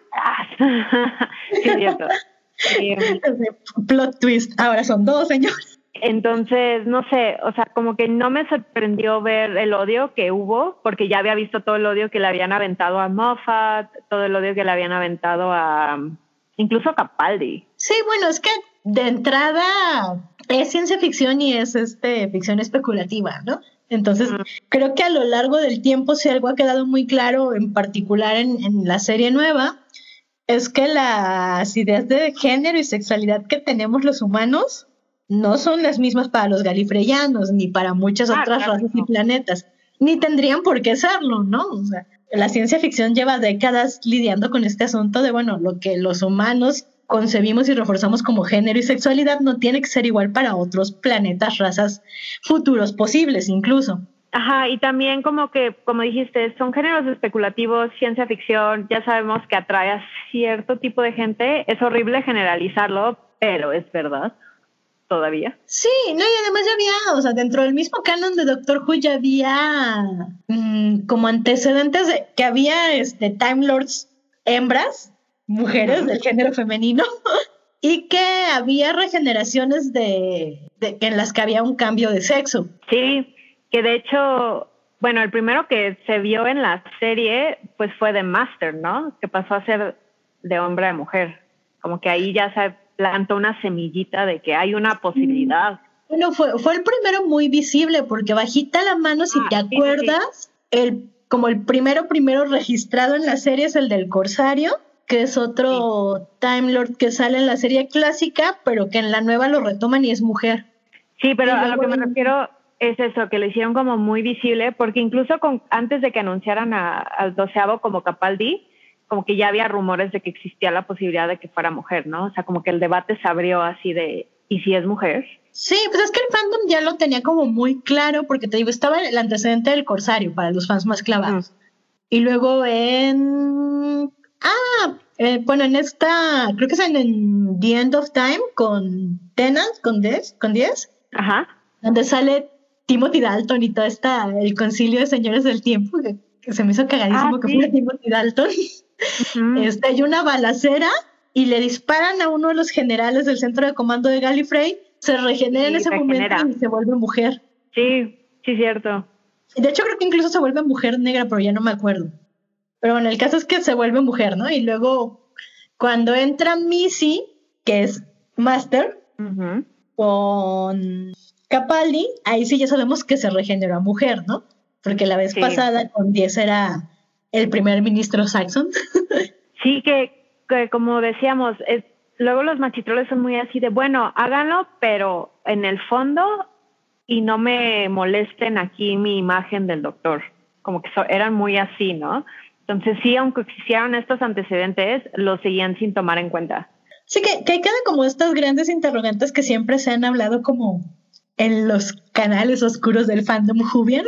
Speaker 2: ah. Sí, es cierto. Sí.
Speaker 1: Plot twist, ahora son dos señoras.
Speaker 2: Entonces, no sé, o sea, como que no me sorprendió ver el odio que hubo, porque ya había visto todo el odio que le habían aventado a Moffat, todo el odio que le habían aventado a incluso a Capaldi.
Speaker 1: Sí, bueno, es que de entrada es ciencia ficción y es este ficción especulativa, ¿no? Entonces, uh-huh. creo que a lo largo del tiempo, si algo ha quedado muy claro, en particular en, en la serie nueva, es que las ideas de género y sexualidad que tenemos los humanos no son las mismas para los galifreyanos ni para muchas ah, otras claro, razas no. y planetas, ni tendrían por qué serlo, ¿no? O sea, la ciencia ficción lleva décadas lidiando con este asunto de, bueno, lo que los humanos concebimos y reforzamos como género y sexualidad no tiene que ser igual para otros planetas, razas, futuros posibles incluso.
Speaker 2: Ajá, y también como que, como dijiste, son géneros especulativos, ciencia ficción, ya sabemos que atrae a cierto tipo de gente, es horrible generalizarlo, pero es verdad, todavía.
Speaker 1: Sí, no, y además ya había, o sea, dentro del mismo canon de Doctor Who ya había mmm, como antecedentes de que había este, Time Lords hembras, mujeres uh-huh. del género femenino, y que había regeneraciones de, de en las que había un cambio de sexo.
Speaker 2: Sí, que de hecho, bueno, el primero que se vio en la serie, pues fue de Master, ¿no? Que pasó a ser de hombre a mujer. Como que ahí ya se plantó una semillita de que hay una posibilidad.
Speaker 1: Bueno, fue, fue el primero muy visible, porque bajita la mano, si ah, te acuerdas, sí, sí. el, como el primero primero registrado en la serie es el del Corsario, que es otro sí. Time Lord que sale en la serie clásica, pero que en la nueva lo retoman y es mujer.
Speaker 2: Sí, pero a lo que me refiero es eso, que lo hicieron como muy visible, porque incluso con, antes de que anunciaran a, al doceavo como Capaldi, como que ya había rumores de que existía la posibilidad de que fuera mujer, ¿no? O sea, como que el debate se abrió así de, ¿y si es mujer?
Speaker 1: Sí, pues es que el fandom ya lo tenía como muy claro, porque te digo, estaba el antecedente del Corsario para los fans más clavados. Mm. Y luego en... Ah, eh, bueno, en esta, creo que es en, en The End of Time con Tennant, con diez, con diez.
Speaker 2: Ajá.
Speaker 1: Donde sale Timothy Dalton y todo esta, el concilio de señores del tiempo, que, que se me hizo cagadísimo ah, que ¿sí? fuera Timothy Dalton. Uh-huh. Este, hay una balacera y le disparan a uno de los generales del centro de comando de Gallifrey, se regenera sí, en ese regenera. momento y se vuelve mujer.
Speaker 2: Sí, sí, cierto.
Speaker 1: De hecho, creo que incluso se vuelve mujer negra, pero ya no me acuerdo. Pero bueno, el caso es que se vuelve mujer, ¿no? Y luego, cuando entra Missy, que es Master,
Speaker 2: uh-huh.
Speaker 1: con Capaldi, ahí sí ya sabemos que se regeneró a mujer, ¿no? Porque la vez sí. pasada con diez era el primer ministro Saxon.
Speaker 2: Sí, que, que como decíamos, es, luego los machitroles son muy así de, bueno, háganlo, pero en el fondo y no me molesten aquí mi imagen del doctor. Como que so, eran muy así, ¿no? Entonces sí, aunque existieran estos antecedentes, los seguían sin tomar en cuenta.
Speaker 1: Sí, que, que quedan como estas grandes interrogantes que siempre se han hablado como en los canales oscuros del fandom Whovian.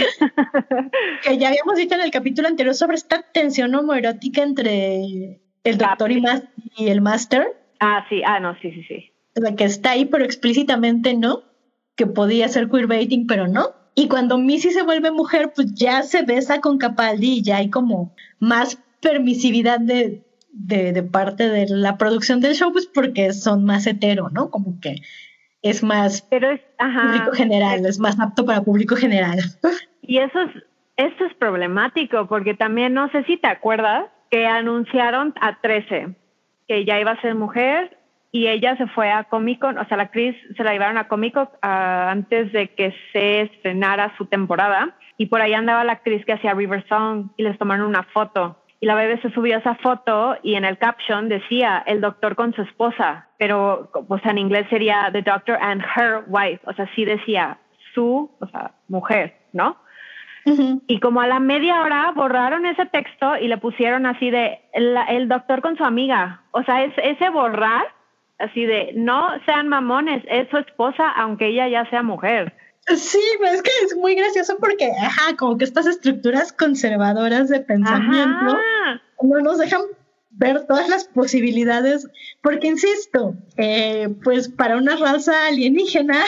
Speaker 1: Que ya habíamos dicho en el capítulo anterior sobre esta tensión homoerótica entre el doctor y, ma- y el Master.
Speaker 2: Ah, sí, ah, no, sí, sí, sí.
Speaker 1: O sea, que está ahí, pero explícitamente no. Que podía ser queerbaiting, pero no. Y cuando Missy se vuelve mujer, pues ya se besa con Capaldi y ya hay como más permisividad de, de, de parte de la producción del show, pues porque son más hetero, ¿no? Como que es más
Speaker 2: Pero es, ajá,
Speaker 1: público general, es, es más apto para público general.
Speaker 2: Y eso es, esto es problemático, porque también, no sé si te acuerdas, que anunciaron a trece que ya iba a ser mujer, y ella se fue a Comic Con, o sea, la actriz se la llevaron a Comic Con uh, antes de que se estrenara su temporada, y por ahí andaba la actriz que hacía River Song, y les tomaron una foto, y la B B C subió esa foto, y en el caption decía, el doctor con su esposa, pero, o sea, en inglés sería the doctor and her wife, o sea, sí decía su, o sea, mujer, ¿no?
Speaker 1: Uh-huh.
Speaker 2: Y como a la media hora borraron ese texto y le pusieron así de, el, el doctor con su amiga, o sea, es, ese borrar, así de, no sean mamones, es su esposa, aunque ella ya sea mujer.
Speaker 1: Sí, pero es que es muy gracioso porque, ajá, como que estas estructuras conservadoras de pensamiento
Speaker 2: ajá.
Speaker 1: no nos dejan ver todas las posibilidades, porque insisto, eh, pues para una raza alienígena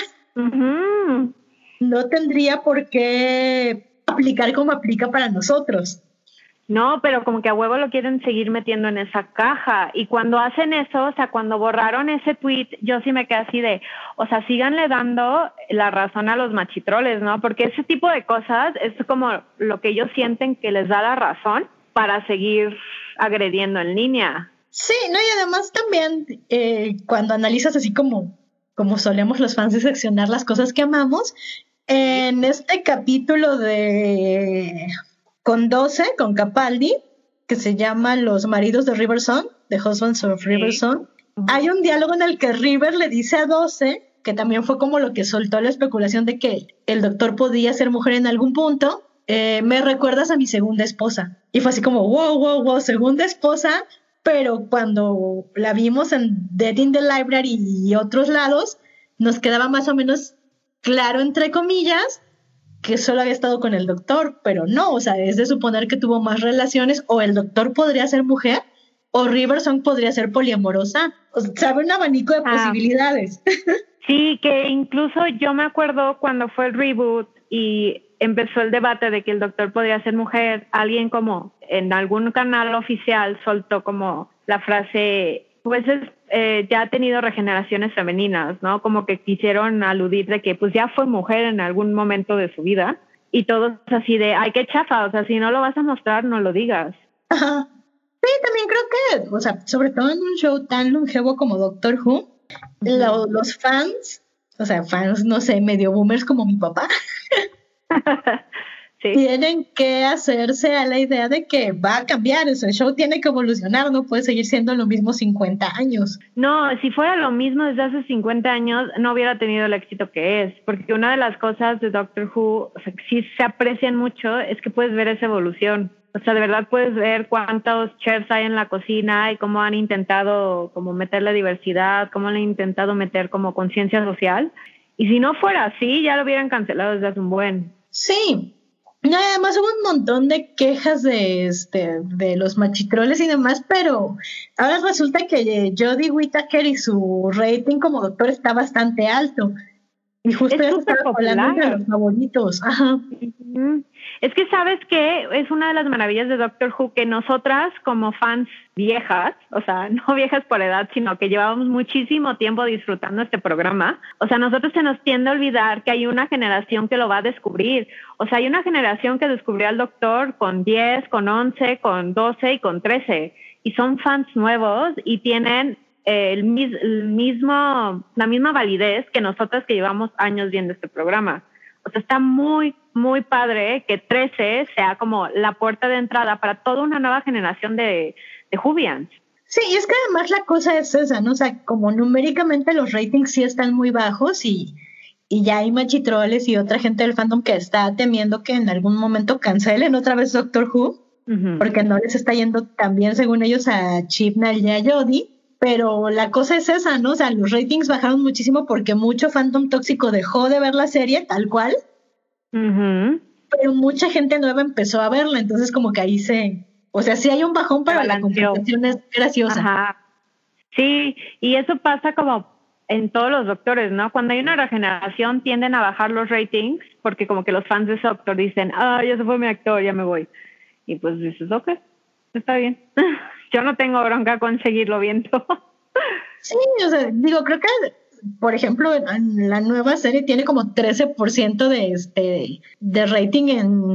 Speaker 2: uh-huh.
Speaker 1: no tendría por qué aplicar como aplica para nosotros.
Speaker 2: No, pero como que a huevo lo quieren seguir metiendo en esa caja. Y cuando hacen eso, o sea, cuando borraron ese tweet, yo sí me quedé así de, o sea, síganle dando la razón a los machitroles, ¿no? Porque ese tipo de cosas es como lo que ellos sienten que les da la razón para seguir agrediendo en línea.
Speaker 1: Sí, no, y además también eh, cuando analizas así como, como solemos los fans diseccionar las cosas que amamos, en este capítulo de... con doce, con Capaldi, que se llama Los maridos de River Song, The Husbands of River Song. Uh-huh. Hay un diálogo en el que River le dice a doce, que también fue como lo que soltó la especulación de que el doctor podía ser mujer en algún punto, eh, me recuerdas a mi segunda esposa. Y fue así como, wow, wow, wow, segunda esposa, pero cuando la vimos en Dead in the Library y otros lados, nos quedaba más o menos claro, entre comillas, que solo había estado con el doctor, pero no, o sea, es de suponer que tuvo más relaciones, o el doctor podría ser mujer, o River Song podría ser poliamorosa, o sea, sabe un abanico de ah. posibilidades.
Speaker 2: Sí, que incluso yo me acuerdo cuando fue el reboot y empezó el debate de que el doctor podría ser mujer, alguien como en algún canal oficial soltó como la frase, pues es, eh, ya ha tenido regeneraciones femeninas, ¿no? Como que quisieron aludir de que pues ya fue mujer en algún momento de su vida, y todos así de, ay, qué chafa, o sea, si no lo vas a mostrar, no lo digas.
Speaker 1: Ajá. Sí, también creo que, o sea, sobre todo en un show tan longevo como Doctor Who, uh-huh. lo, los fans, o sea, fans, no sé, medio boomers como mi papá,
Speaker 2: Sí.
Speaker 1: Tienen que hacerse a la idea de que va a cambiar, o sea, el show tiene que evolucionar, no puede seguir siendo lo mismo cincuenta años.
Speaker 2: No, si fuera lo mismo desde hace cincuenta años, no hubiera tenido el éxito que es, porque una de las cosas de Doctor Who, o sea, que sí se aprecian mucho, es que puedes ver esa evolución. O sea, de verdad puedes ver cuántos chefs hay en la cocina y cómo han intentado como meterle diversidad, cómo han intentado meter como conciencia social. Y si no fuera así, ya lo hubieran cancelado desde hace un buen.
Speaker 1: Sí. No, además hubo un montón de quejas de este de los machitroles y demás, pero ahora resulta que Jodie Whittaker y su rating como doctor está bastante alto. Y justo
Speaker 2: es
Speaker 1: ya se estaba hablando entre los favoritos. Ajá.
Speaker 2: Uh-huh. Es que sabes que es una de las maravillas de Doctor Who que nosotras como fans viejas, o sea, no viejas por edad, sino que llevamos muchísimo tiempo disfrutando este programa, o sea, nosotros se nos tiende a olvidar que hay una generación que lo va a descubrir. O sea, hay una generación que descubrió al Doctor con diez, con once, con doce y con trece. Y son fans nuevos y tienen eh, el, mis, el mismo, la misma validez que nosotras que llevamos años viendo este programa. O sea, está muy, muy padre que trece sea como la puerta de entrada para toda una nueva generación de, de Whovians.
Speaker 1: Sí, y es que además la cosa es esa, ¿no? O sea, como numéricamente los ratings sí están muy bajos y, y ya hay machitroles y otra gente del fandom que está temiendo que en algún momento cancelen otra vez Doctor Who, uh-huh. porque no les está yendo tan bien, según ellos, a Chibnall y a Jodie. Pero la cosa es esa, ¿no? O sea, los ratings bajaron muchísimo porque mucho fandom tóxico dejó de ver la serie, tal cual.
Speaker 2: Uh-huh.
Speaker 1: Pero mucha gente nueva empezó a verla, entonces como que ahí se... O sea, sí hay un bajón, pero la computación es graciosa.
Speaker 2: Ajá. Sí, y eso pasa como en todos los doctores, ¿no? Cuando hay una regeneración tienden a bajar los ratings porque como que los fans de ese doctor dicen, ah, ya se fue mi actor, ya me voy. Y pues dices, ok, está bien. Yo no tengo bronca con seguirlo viendo.
Speaker 1: Sí, o sea, digo, creo que, por ejemplo, en la nueva serie tiene como trece por ciento de, este, de rating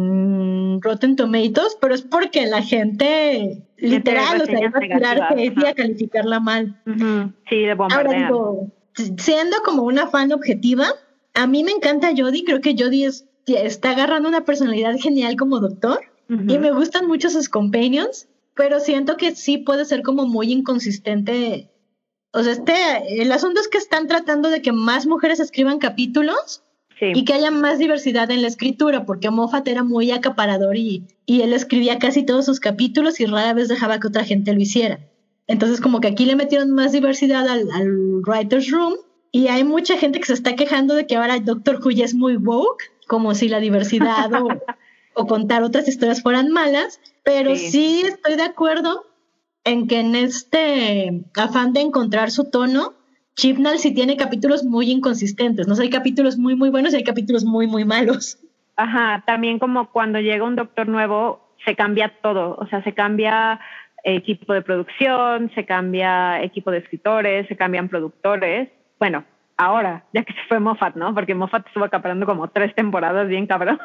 Speaker 1: en Rotten Tomatoes, pero es porque la gente, literal, o sea, iba a tirar que iba a calificarla mal.
Speaker 2: Uh-huh. Sí, de bombardear.
Speaker 1: Ahora digo, siendo como una fan objetiva, a mí me encanta Jodie, creo que Jodie es, está agarrando una personalidad genial como doctor, uh-huh. y me gustan mucho sus companions, pero siento que sí puede ser como muy inconsistente. O sea, este, el asunto es que están tratando de que más mujeres escriban capítulos, sí. y que haya más diversidad en la escritura, porque Moffat era muy acaparador y, y él escribía casi todos sus capítulos y rara vez dejaba que otra gente lo hiciera. Entonces como que aquí le metieron más diversidad al, al writer's room, y hay mucha gente que se está quejando de que ahora Doctor Who ya es muy woke, como si la diversidad o, o contar otras historias fueran malas, pero sí. sí estoy de acuerdo en que en este afán de encontrar su tono, Chibnall sí tiene capítulos muy inconsistentes, ¿no? O sea, hay capítulos muy, muy buenos y hay capítulos muy, muy malos.
Speaker 2: Ajá, también como cuando llega un doctor nuevo, se cambia todo, o sea, se cambia equipo de producción, se cambia equipo de escritores, se cambian productores. Bueno, ahora, ya que se fue Moffat, ¿no? Porque Moffat estuvo acaparando como tres temporadas bien cabrón.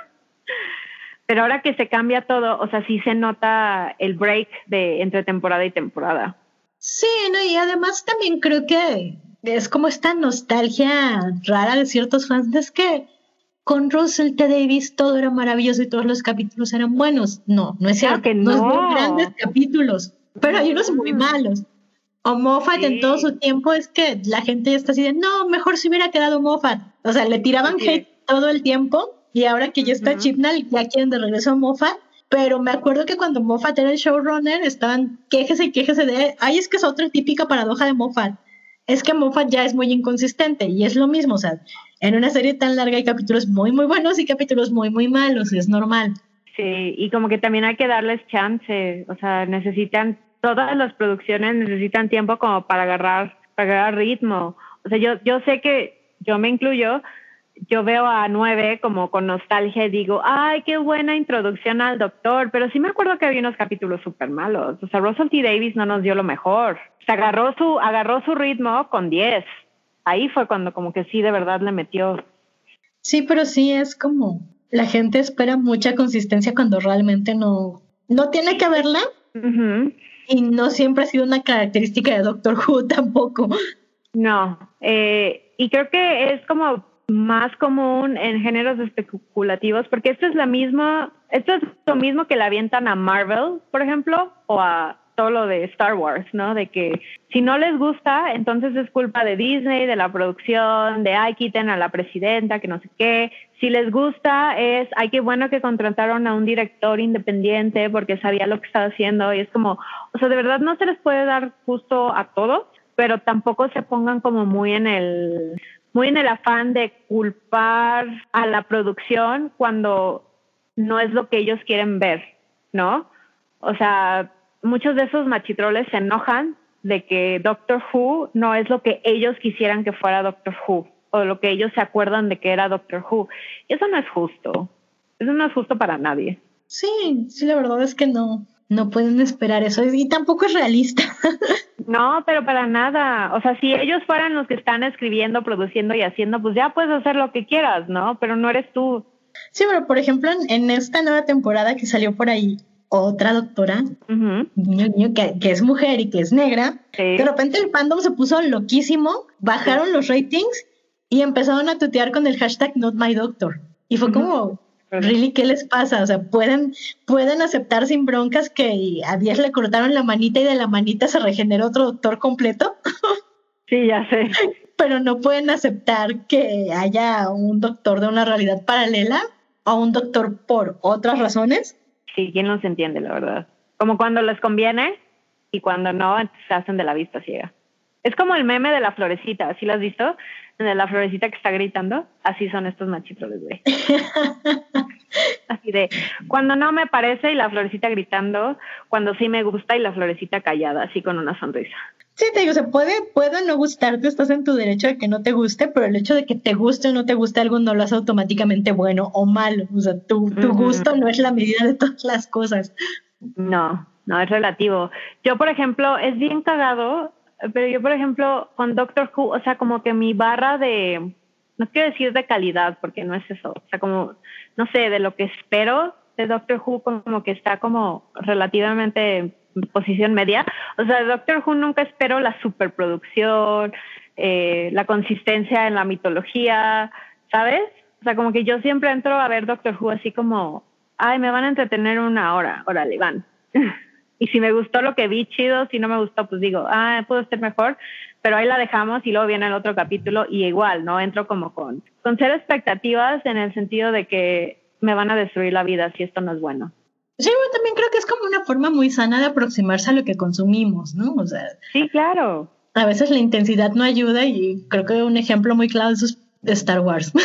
Speaker 2: Pero ahora que se cambia todo, o sea, sí se nota el break de entre temporada y temporada.
Speaker 1: Sí, no, y además también creo que es como esta nostalgia rara de ciertos fans, es que con Russell T. Davies todo era maravilloso y todos los capítulos eran buenos. No, no es cierto,
Speaker 2: claro que no.
Speaker 1: no son grandes capítulos, pero hay unos muy malos. O Moffat sí. en todo su tiempo es que la gente ya está así de, no, mejor si hubiera quedado Moffat. O sea, le tiraban sí. hate todo el tiempo. Y ahora que ya está uh-huh. Chibnall, ya quieren de regreso a Moffat. Pero me acuerdo que cuando Moffat era el showrunner, estaban quéjese y quéjese de, ay, es que es otra típica paradoja de Moffat. Es que Moffat ya es muy inconsistente. Y es lo mismo, o sea, en una serie tan larga hay capítulos muy, muy buenos y capítulos muy, muy malos. Es normal.
Speaker 2: Sí, y como que también hay que darles chance. O sea, necesitan, todas las producciones necesitan tiempo como para agarrar, para agarrar ritmo. O sea, yo, yo sé que, yo me incluyo, yo veo a Nueve como con nostalgia y digo, ay, qué buena introducción al doctor, pero sí me acuerdo que había unos capítulos súper malos. O sea, Russell T. Davies no nos dio lo mejor. Se agarró su, agarró su ritmo con diez. Ahí fue cuando como que sí de verdad le metió.
Speaker 1: Sí, pero sí es como, la gente espera mucha consistencia cuando realmente no, no tiene que haberla.
Speaker 2: Uh-huh.
Speaker 1: Y no siempre ha sido una característica de Doctor Who tampoco.
Speaker 2: No, eh, y creo que es como más común en géneros especulativos, porque esto es la misma, esto es lo mismo que le avientan a Marvel, por ejemplo, o a todo lo de Star Wars, ¿no? De que si no les gusta, entonces es culpa de Disney, de la producción, de ay, quiten a la presidenta, que no sé qué. Si les gusta es, ay, qué bueno que contrataron a un director independiente porque sabía lo que estaba haciendo. Y es como, o sea, de verdad no se les puede dar justo a todos, pero tampoco se pongan como muy en el, muy en el afán de culpar a la producción cuando no es lo que ellos quieren ver, ¿no? O sea, muchos de esos machitroles se enojan de que Doctor Who no es lo que ellos quisieran que fuera Doctor Who o lo que ellos se acuerdan de que era Doctor Who. Y eso no es justo. Eso no es justo para nadie.
Speaker 1: Sí, sí, la verdad es que no, no pueden esperar eso y tampoco es realista.
Speaker 2: No, pero para nada. O sea, si ellos fueran los que están escribiendo, produciendo y haciendo, pues ya puedes hacer lo que quieras, ¿no? Pero no eres tú.
Speaker 1: Sí, pero por ejemplo, en, en esta nueva temporada que salió por ahí, otra doctora, uh-huh. niño, niño, que, que es mujer y que es negra, sí. De repente el fandom se puso loquísimo, bajaron sí. los ratings y empezaron a tuitear con el hashtag Not My Doctor. Y fue uh-huh. como, really, ¿qué les pasa? O sea, ¿pueden, pueden aceptar sin broncas que a diez le cortaron la manita y de la manita se regeneró otro doctor completo?
Speaker 2: Sí, ya sé.
Speaker 1: Pero no pueden aceptar que haya un doctor de una realidad paralela o un doctor por otras razones.
Speaker 2: Sí, ¿quién los entiende, la verdad? Como cuando les conviene y cuando no, se hacen de la vista ciega. Es como el meme de la florecita, ¿sí lo has visto? De la florecita que está gritando. Así son estos machitos, güey. Así de, cuando no me parece y la florecita gritando, cuando sí me gusta y la florecita callada, así con una sonrisa.
Speaker 1: Sí, te digo, o sea, puede, puede no gustarte, estás en tu derecho de que no te guste, pero el hecho de que te guste o no te guste algo no lo hace automáticamente bueno o malo. O sea, tu, tu uh-huh. gusto no es la medida de todas las cosas.
Speaker 2: No, no, es relativo. Yo, por ejemplo, es bien cagado, pero yo, por ejemplo, con Doctor Who, o sea, como que mi barra de, no quiero decir de calidad, porque no es eso, o sea, como, no sé, de lo que espero de Doctor Who, como que está como relativamente posición media. O sea, de Doctor Who nunca espero la superproducción, eh, la consistencia en la mitología, ¿sabes? O sea, como que yo siempre entro a ver Doctor Who así como, ay, me van a entretener una hora, órale, van. Y si me gustó lo que vi, chido, si no me gustó, pues digo, ah, pudo ser mejor, pero ahí la dejamos y luego viene el otro capítulo y igual, ¿no? Entro como con, con cero expectativas en el sentido de que me van a destruir la vida si esto no es bueno.
Speaker 1: Sí, yo también creo que es como una forma muy sana de aproximarse a lo que consumimos, ¿no? O sea,
Speaker 2: sí, claro.
Speaker 1: A veces la intensidad no ayuda y creo que un ejemplo muy claro de eso es Star Wars.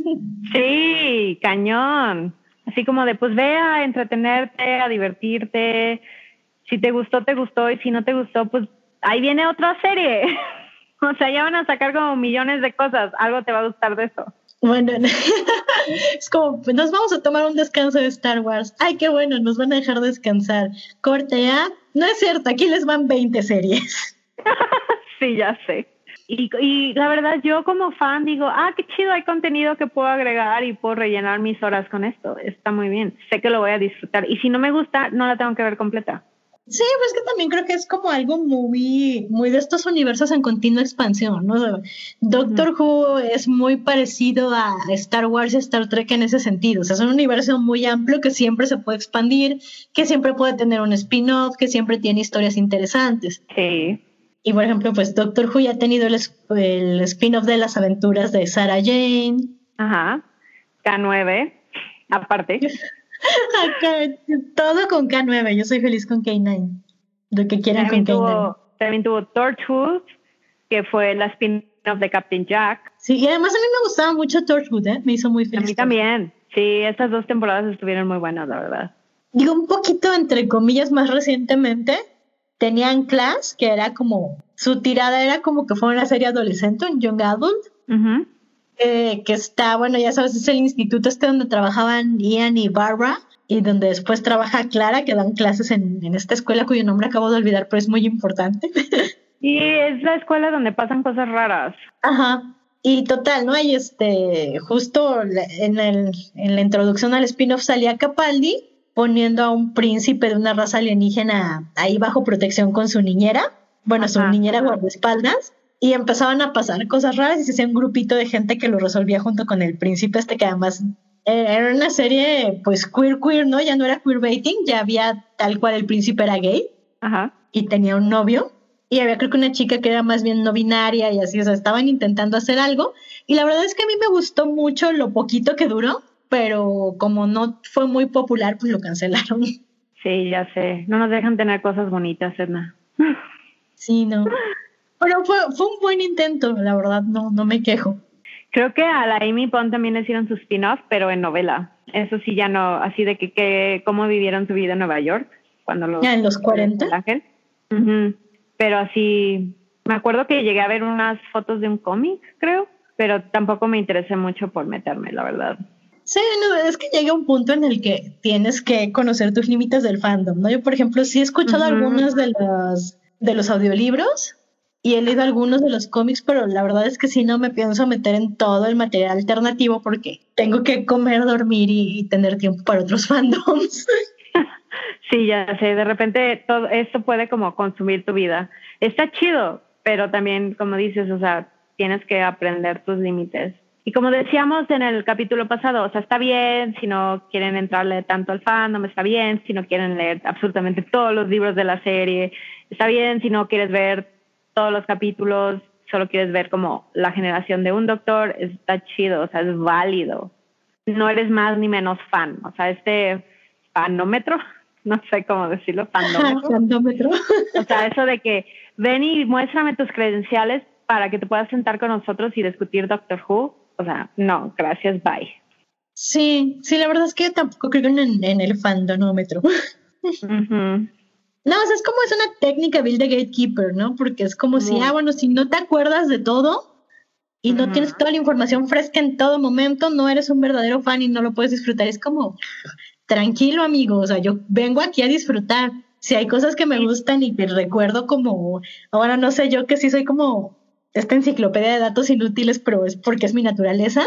Speaker 2: Sí, cañón. Así como de, pues ve a entretenerte, a divertirte. Si te gustó, te gustó. Y si no te gustó, pues ahí viene otra serie. O sea, ya van a sacar como millones de cosas. Algo te va a gustar de eso.
Speaker 1: Bueno, es como, pues nos vamos a tomar un descanso de Star Wars. Ay, qué bueno, nos van a dejar descansar. Corte A. No es cierto, aquí les van veinte series.
Speaker 2: Sí, ya sé. Y, y la verdad, yo como fan digo, ah, qué chido, hay contenido que puedo agregar y puedo rellenar mis horas con esto. Está muy bien. Sé que lo voy a disfrutar. Y si no me gusta, no la tengo que ver completa.
Speaker 1: Sí, pues que también creo que es como algo muy, muy de estos universos en continua expansión, ¿no? O sea, Doctor uh-huh. Who es muy parecido a Star Wars y Star Trek en ese sentido. O sea, es un universo muy amplio que siempre se puede expandir, que siempre puede tener un spin-off, que siempre tiene historias interesantes.
Speaker 2: Sí.
Speaker 1: Y por ejemplo, pues Doctor Who ya ha tenido el, el spin-off de las aventuras de Sarah Jane.
Speaker 2: Ajá. K nueve, aparte.
Speaker 1: Todo con K nueve, yo soy feliz con K nueve. Lo que quieran
Speaker 2: también
Speaker 1: con
Speaker 2: tuvo,
Speaker 1: K nueve.
Speaker 2: También tuvo Torchwood, que fue la spin-off de Captain Jack.
Speaker 1: Sí, y además a mí me gustaba mucho Torchwood, ¿eh? Me hizo muy feliz.
Speaker 2: A mí también. Sí, estas dos temporadas estuvieron muy buenas, la verdad.
Speaker 1: Digo, un poquito, entre comillas, más recientemente, tenían Class, que era como, su tirada era como que fue una serie adolescente, un young adult.
Speaker 2: Uh-huh.
Speaker 1: Eh, que está, bueno, ya sabes, es el instituto este donde trabajaban Ian y Barbara y donde después trabaja Clara, que dan clases en, en esta escuela cuyo nombre acabo de olvidar, pero es muy importante.
Speaker 2: Y es la escuela donde pasan cosas raras.
Speaker 1: Ajá, y total, ¿no? Y este, justo en, el, en la introducción al spin-off salía Capaldi poniendo a un príncipe de una raza alienígena ahí bajo protección con su niñera, bueno, ajá, su niñera ajá. guardaespaldas. y empezaban a pasar cosas raras y se hacía un grupito de gente que lo resolvía junto con el príncipe este, que además era una serie pues queer queer, ¿no? Ya no era queerbaiting, ya había tal cual el príncipe era gay.
Speaker 2: Ajá.
Speaker 1: Y tenía un novio y había creo que una chica que era más bien no binaria y así, o sea, estaban intentando hacer algo y la verdad es que a mí me gustó mucho lo poquito que duró, pero como no fue muy popular, pues lo cancelaron.
Speaker 2: Sí, ya sé, no nos dejan tener cosas bonitas, Edna.
Speaker 1: Sí, no. Pero fue, fue un buen intento, la verdad, no, no me quejo.
Speaker 2: Creo que a la Amy Pond también le hicieron su spin-off, pero en novela. Eso sí ya no, así de que, que cómo vivieron su vida en Nueva York cuando los...
Speaker 1: ¿Ya en los cuarenta?
Speaker 2: Ángel. Uh-huh. Pero así, me acuerdo que llegué a ver unas fotos de un cómic, creo, pero tampoco me interesé mucho por meterme, la verdad.
Speaker 1: Sí, no, es que llega un punto en el que tienes que conocer tus límites del fandom, ¿no? Yo, por ejemplo, sí he escuchado uh-huh. algunos de los, de los audiolibros y he leído algunos de los cómics, pero la verdad es que sí no me pienso meter en todo el material alternativo porque tengo que comer, dormir y, y tener tiempo para otros fandoms.
Speaker 2: Sí, ya sé, de repente todo esto puede como consumir tu vida. Está chido, pero también, como dices, o sea, tienes que aprender tus límites. Y como decíamos en el capítulo pasado, o sea, está bien si no quieren entrarle tanto al fandom, está bien si no quieren leer absolutamente todos los libros de la serie, está bien si no quieres ver todos los capítulos, solo quieres ver como la generación de un doctor, está chido, o sea, es válido. No eres más ni menos fan, o sea, este fanómetro, no sé cómo decirlo, fandómetro.
Speaker 1: Fandómetro.
Speaker 2: O sea, eso de que ven y muéstrame tus credenciales para que te puedas sentar con nosotros y discutir Doctor Who. O sea, no, gracias, bye.
Speaker 1: Sí, sí, la verdad es que yo tampoco creo en, en el fandonómetro.
Speaker 2: Uh-huh.
Speaker 1: No, o sea, es como es una técnica build the gatekeeper, ¿no? Porque es como uh-huh. si, ah, bueno, si no te acuerdas de todo y uh-huh. no tienes toda la información fresca en todo momento, no eres un verdadero fan y no lo puedes disfrutar. Es como, tranquilo, amigo, o sea, yo vengo aquí a disfrutar. Si hay cosas que me gustan y que recuerdo como, ahora no sé, yo que sí soy como esta enciclopedia de datos inútiles, pero es porque es mi naturaleza.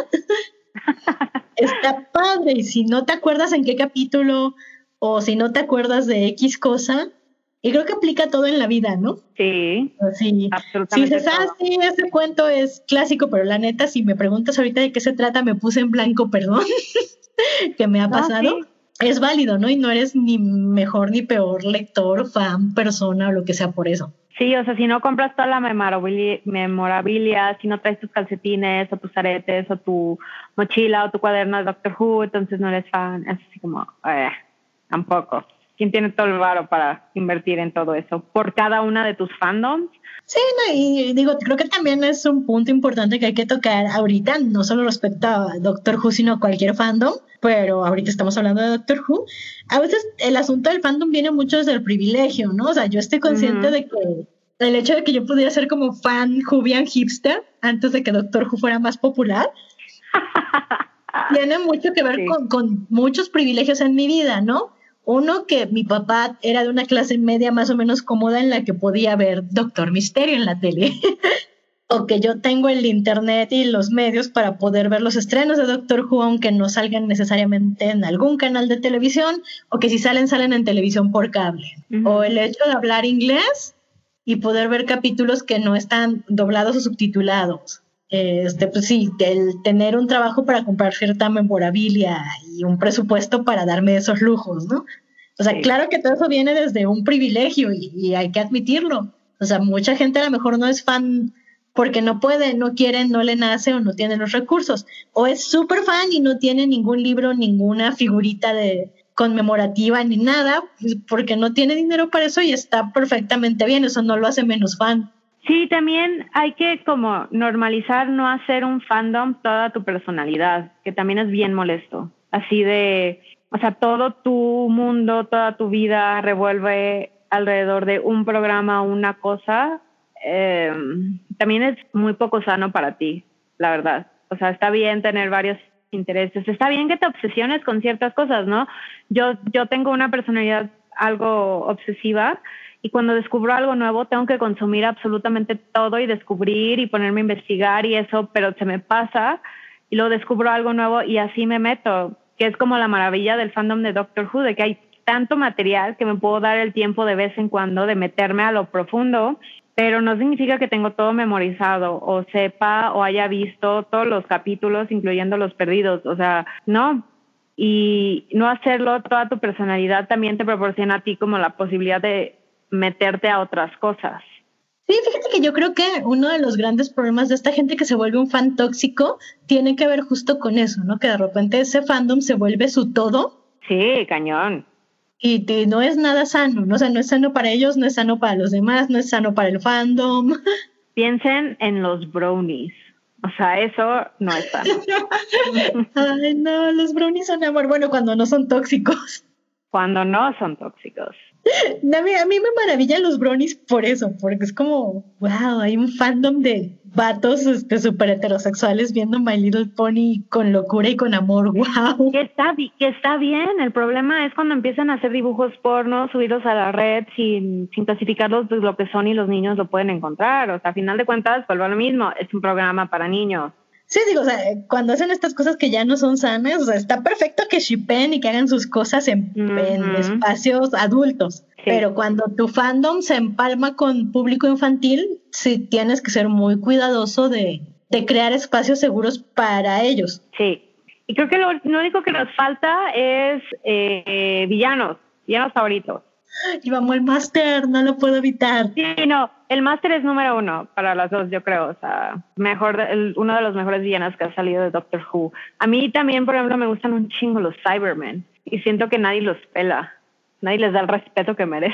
Speaker 1: Está padre, y si no te acuerdas en qué capítulo o si no te acuerdas de X cosa, y creo que aplica todo en la vida, ¿no?
Speaker 2: Sí,
Speaker 1: sí.
Speaker 2: absolutamente.
Speaker 1: Si dices, ah, sí, ese cuento es clásico, pero la neta, si me preguntas ahorita de qué se trata, me puse en blanco, perdón, que me ha pasado. No, sí. Es válido, ¿no? Y no eres ni mejor ni peor lector, fan, persona o lo que sea por eso.
Speaker 2: Sí, o sea, si no compras toda la memorabilia, memorabilia, si no traes tus calcetines o tus aretes o tu mochila o tu cuaderno de Doctor Who, entonces no eres fan. Es así como, eh, tampoco. ¿Quién tiene todo el varo para invertir en todo eso? ¿Por cada una de tus fandoms?
Speaker 1: Sí, no, y digo, creo que también es un punto importante que hay que tocar ahorita, no solo respecto a Doctor Who, sino a cualquier fandom, pero ahorita estamos hablando de Doctor Who. A veces el asunto del fandom viene mucho desde el privilegio, ¿no? O sea, yo estoy consciente uh-huh. de que el hecho de que yo pudiera ser como fan Whovian hipster antes de que Doctor Who fuera más popular tiene mucho que ver sí. con, con muchos privilegios en mi vida, ¿no? Uno, que mi papá era de una clase media más o menos cómoda en la que podía ver Doctor Misterio en la tele. O que yo tengo el internet y los medios para poder ver los estrenos de Doctor Who, aunque no salgan necesariamente en algún canal de televisión, o que si salen, salen en televisión por cable. Uh-huh. O el hecho de hablar inglés y poder ver capítulos que no están doblados o subtitulados. Este, pues sí, el tener un trabajo para comprar cierta memorabilia y un presupuesto para darme esos lujos, ¿no? O sea, sí. Claro que todo eso viene desde un privilegio y, y hay que admitirlo. O sea, mucha gente a lo mejor no es fan porque no puede, no quiere, no le nace o no tiene los recursos. O es súper fan y no tiene ningún libro, ninguna figurita de conmemorativa ni nada, pues porque no tiene dinero para eso y está perfectamente bien. Eso no lo hace menos fan.
Speaker 2: Sí, también hay que como normalizar no hacer un fandom toda tu personalidad, que también es bien molesto. Así de, o sea, todo tu mundo, toda tu vida revuelve alrededor de un programa o una cosa. Eh, también es muy poco sano para ti, la verdad. O sea, está bien tener varios intereses. Está bien que te obsesiones con ciertas cosas, ¿no? Yo, yo tengo una personalidad algo obsesiva. Y cuando descubro algo nuevo, tengo que consumir absolutamente todo y descubrir y ponerme a investigar y eso, pero se me pasa y luego descubro algo nuevo y así me meto, que es como la maravilla del fandom de Doctor Who, de que hay tanto material que me puedo dar el tiempo de vez en cuando de meterme a lo profundo, pero no significa que tengo todo memorizado o sepa o haya visto todos los capítulos, incluyendo los perdidos. O sea, no. Y no hacerlo, toda tu personalidad también te proporciona a ti como la posibilidad de meterte a otras cosas.
Speaker 1: Sí, fíjate que yo creo que uno de los grandes problemas de esta gente que se vuelve un fan tóxico tiene que ver justo con eso, ¿no? Que de repente ese fandom se vuelve su todo.
Speaker 2: Sí, cañón.
Speaker 1: Y te, no es nada sano, ¿no? O sea, no es sano para ellos, no es sano para los demás, no es sano para el fandom.
Speaker 2: Piensen en los brownies. O sea, eso no es sano.
Speaker 1: Ay, no, los brownies son amor. Bueno, cuando no son tóxicos.
Speaker 2: Cuando no son tóxicos.
Speaker 1: A mí, a mí me maravillan los brownies por eso, porque es como, wow, hay un fandom de vatos este, súper heterosexuales viendo My Little Pony con locura y con amor, wow.
Speaker 2: Que está, que está bien, el problema es cuando empiezan a hacer dibujos porno, subirlos a la red sin, sin clasificarlos de lo que son y los niños lo pueden encontrar. O sea, a final de cuentas, vuelvo a lo mismo, es un programa para niños.
Speaker 1: Sí, digo, o sea, cuando hacen estas cosas que ya no son sanas, o sea, está perfecto que shippen y que hagan sus cosas en, uh-huh. en espacios adultos, sí. Pero cuando tu fandom se empalma con público infantil, sí tienes que ser muy cuidadoso de, de crear espacios seguros para ellos.
Speaker 2: Sí, y creo que lo, lo único que nos falta es eh, villanos, villanos favoritos.
Speaker 1: Y vamos al máster, no lo puedo evitar.
Speaker 2: Sí, no, el máster es número uno para las dos, yo creo. O sea, mejor, el, uno de los mejores villanos que ha salido de Doctor Who. A mí también, por ejemplo, me gustan un chingo los Cybermen. Y siento que nadie los pela. Nadie les da el respeto que merece.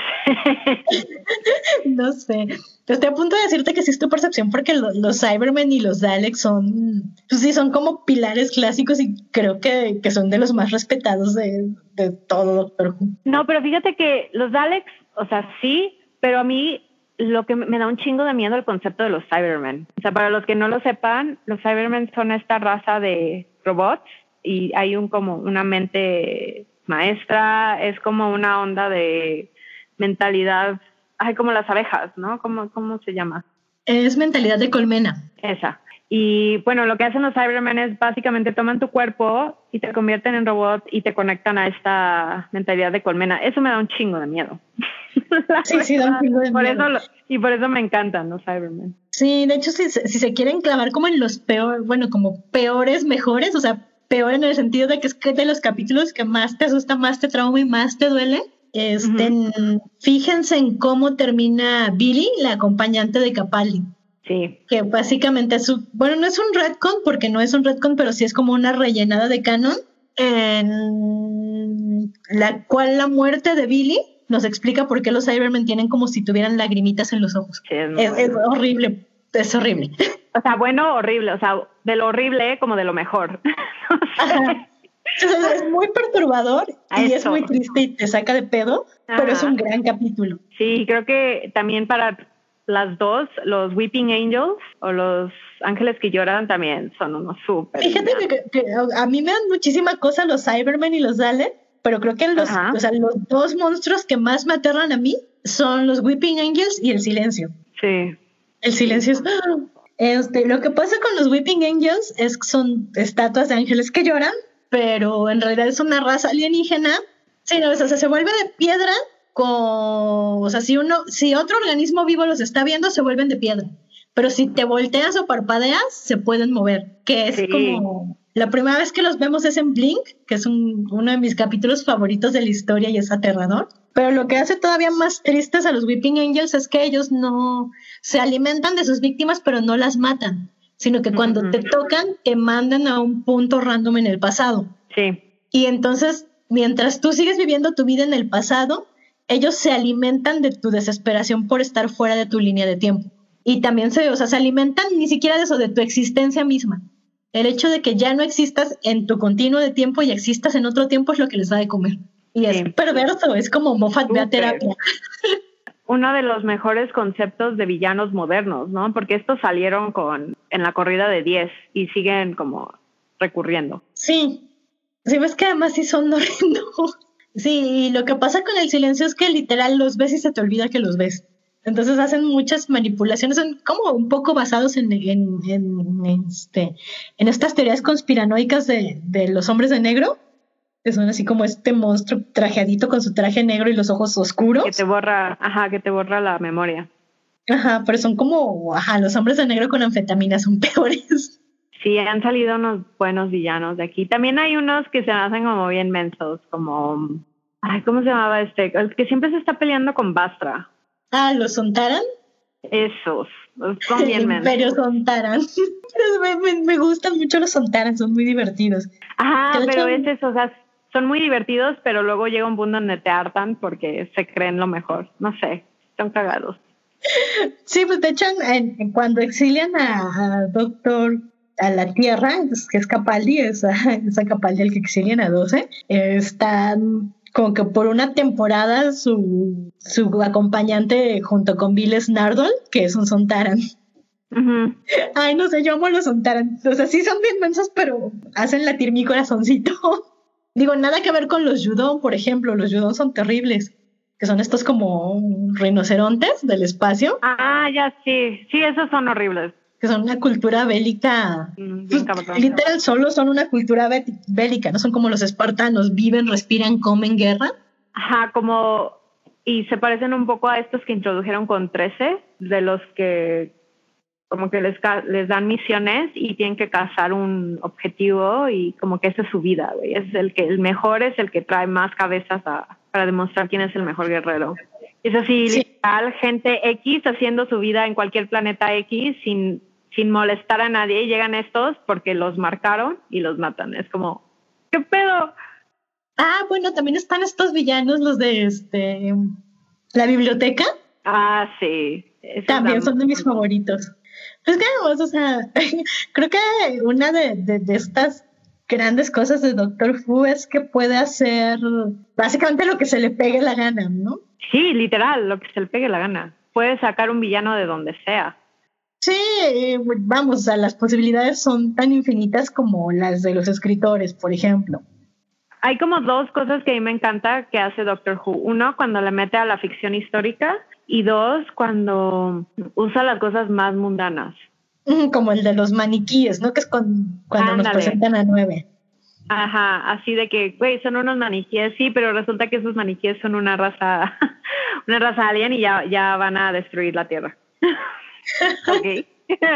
Speaker 1: No sé. Estoy a punto de decirte que sí es tu percepción, porque lo, los Cybermen y los Daleks son, pues sí, son como pilares clásicos y creo que, que son de los más respetados de, de todo Doctor Who.
Speaker 2: No, pero fíjate que los Daleks, o sea, sí, pero a mí lo que me da un chingo de miedo el concepto de los Cybermen. O sea, para los que no lo sepan, los Cybermen son esta raza de robots y hay un como una mente maestra, es como una onda de mentalidad, ay, como las abejas, ¿no? ¿Cómo, cómo se llama?
Speaker 1: Es mentalidad de colmena.
Speaker 2: Esa. Y bueno, lo que hacen los Cybermen es básicamente toman tu cuerpo y te convierten en robot y te conectan a esta mentalidad de colmena. Eso me da un chingo de miedo.
Speaker 1: Sí, sí, da un chingo de
Speaker 2: por
Speaker 1: miedo.
Speaker 2: Eso lo, y por eso me encantan los Cybermen.
Speaker 1: Sí, de hecho, si, si se quieren clavar como en los peores, bueno, como peores, mejores, o sea, peor en el sentido de que es que de los capítulos que más te asusta, más te trauma y más te duele, este, uh-huh. Fíjense en cómo termina Billy, la acompañante de Capaldi.
Speaker 2: Sí.
Speaker 1: Que básicamente es un, bueno, no es un retcon porque no es un retcon, pero sí es como una rellenada de canon en la cual la muerte de Billy nos explica por qué los Cybermen tienen como si tuvieran lagrimitas en los ojos.
Speaker 2: Sí, es,
Speaker 1: es, es horrible, es horrible.
Speaker 2: O sea, bueno, horrible, o sea, de lo horrible como de lo mejor.
Speaker 1: Ajá. Es muy perturbador y Eso. es muy triste y te saca de pedo, Ajá. pero es un gran capítulo.
Speaker 2: Sí, creo que también para las dos, los Weeping Angels o los Ángeles que Lloran también son unos súper.
Speaker 1: Fíjate que, que a mí me dan muchísima cosa los Cybermen y los Daleks, pero creo que los, o sea, los dos monstruos que más me aterran a mí son los Weeping Angels y el silencio.
Speaker 2: Sí.
Speaker 1: El silencio es... Este, lo que pasa con los Weeping Angels es que son estatuas de ángeles que lloran, pero en realidad es una raza alienígena. Sí, no, o sea, se vuelve de piedra con, o sea, si uno, si otro organismo vivo los está viendo, se vuelven de piedra. Pero si te volteas o parpadeas, se pueden mover. Que es sí. como la primera vez que los vemos es en Blink, que es un, uno de mis capítulos favoritos de la historia y es aterrador. Pero lo que hace todavía más tristes a los Weeping Angels es que ellos no se alimentan de sus víctimas, pero no las matan, sino que cuando uh-huh. te tocan, te mandan a un punto random en el pasado.
Speaker 2: Sí.
Speaker 1: Y entonces, mientras tú sigues viviendo tu vida en el pasado, ellos se alimentan de tu desesperación por estar fuera de tu línea de tiempo. Y también se, o sea, se alimentan ni siquiera de eso, de tu existencia misma. El hecho de que ya no existas en tu continuo de tiempo y existas en otro tiempo es lo que les da de comer. Y es sí. perverso, es como Moffat ve a terapia.
Speaker 2: Uno de los mejores conceptos de villanos modernos, ¿no? Porque estos salieron con en la corrida de diez y siguen como recurriendo.
Speaker 1: Sí, sí, ves que además sí son horrendos. Sí, y lo que pasa con el silencio es que literal los ves y se te olvida que los ves. Entonces hacen muchas manipulaciones, son como un poco basados en, en, en, en, este, en estas teorías conspiranoicas de, de los hombres de negro, que son así como este monstruo trajeadito con su traje negro y los ojos oscuros.
Speaker 2: Que te borra, ajá, que te borra la memoria.
Speaker 1: Ajá, pero son como, ajá, los hombres de negro con anfetamina son peores.
Speaker 2: Sí, han salido unos buenos villanos de aquí. También hay unos que se hacen como bien mensos, como... Ay, ¿cómo se llamaba este? El que siempre se está peleando con Bastra.
Speaker 1: Ah, ¿los Sontaran?
Speaker 2: Esos, son bien
Speaker 1: El
Speaker 2: mensos.
Speaker 1: Imperio Sontaran. me, me, me gustan mucho los Sontaran, son muy divertidos.
Speaker 2: Ajá,
Speaker 1: Que de
Speaker 2: pero
Speaker 1: hecho-
Speaker 2: es eso, o sea, son muy divertidos, pero luego llega un punto donde te hartan porque se creen lo mejor. No sé, son cagados.
Speaker 1: Sí, pues de hecho, en, en cuando exilian a, a Doctor a la Tierra, es, que es Capaldi, esa, esa Capaldi al que exilian a doce, eh, están como que por una temporada su, su acompañante junto con Bill Snardol, que es un Sontaran.
Speaker 2: Uh-huh.
Speaker 1: Ay, no sé, yo amo los Sontaran. O sea, sí son bien mensos, pero hacen latir mi corazoncito. Digo, nada que ver con los Yudon, por ejemplo. Los Yudon son terribles, que son estos como rinocerontes del espacio.
Speaker 2: Ah, ya sí, sí, esos son horribles.
Speaker 1: Que son una cultura bélica,
Speaker 2: Mm, bien cabrón.
Speaker 1: literal, solo son una cultura bé- bélica, no son como los espartanos, viven, respiran, comen guerra.
Speaker 2: Ajá, como, y se parecen un poco a estos que introdujeron con trece, de los que como que les, ca- les dan misiones y tienen que cazar un objetivo y como que esa es su vida, güey. Es el que el mejor es el que trae más cabezas a, para demostrar quién es el mejor guerrero. Es así,
Speaker 1: Sí.
Speaker 2: literal, gente X haciendo su vida en cualquier planeta X sin, sin molestar a nadie. Y llegan estos porque los marcaron y los matan. Es como, ¿qué pedo?
Speaker 1: Ah, bueno, también están estos villanos, los de este la biblioteca,
Speaker 2: Ah, sí. Esos
Speaker 1: también
Speaker 2: dan-
Speaker 1: son de mis favoritos. Pues que, o sea, creo que una de, de, de estas grandes cosas de Doctor Who es que puede hacer básicamente lo que se le pegue la gana, ¿no?
Speaker 2: Sí, literal, lo que se le pegue la gana. Puede sacar un villano de donde sea.
Speaker 1: Sí, eh, vamos, o sea, las posibilidades son tan infinitas como las de los escritores, por ejemplo.
Speaker 2: Hay como dos cosas que a mí me encanta que hace Doctor Who. Uno, cuando le mete a la ficción histórica. Y dos, cuando usa las cosas más mundanas.
Speaker 1: Mm, Como el de los maniquíes, ¿no? Que es con, cuando nos
Speaker 2: Ándale.
Speaker 1: presentan a Nueve.
Speaker 2: Ajá, así de que, güey, son unos maniquíes, sí, pero resulta que esos maniquíes son una raza, una raza alien y ya, ya van a destruir la Tierra. Ok.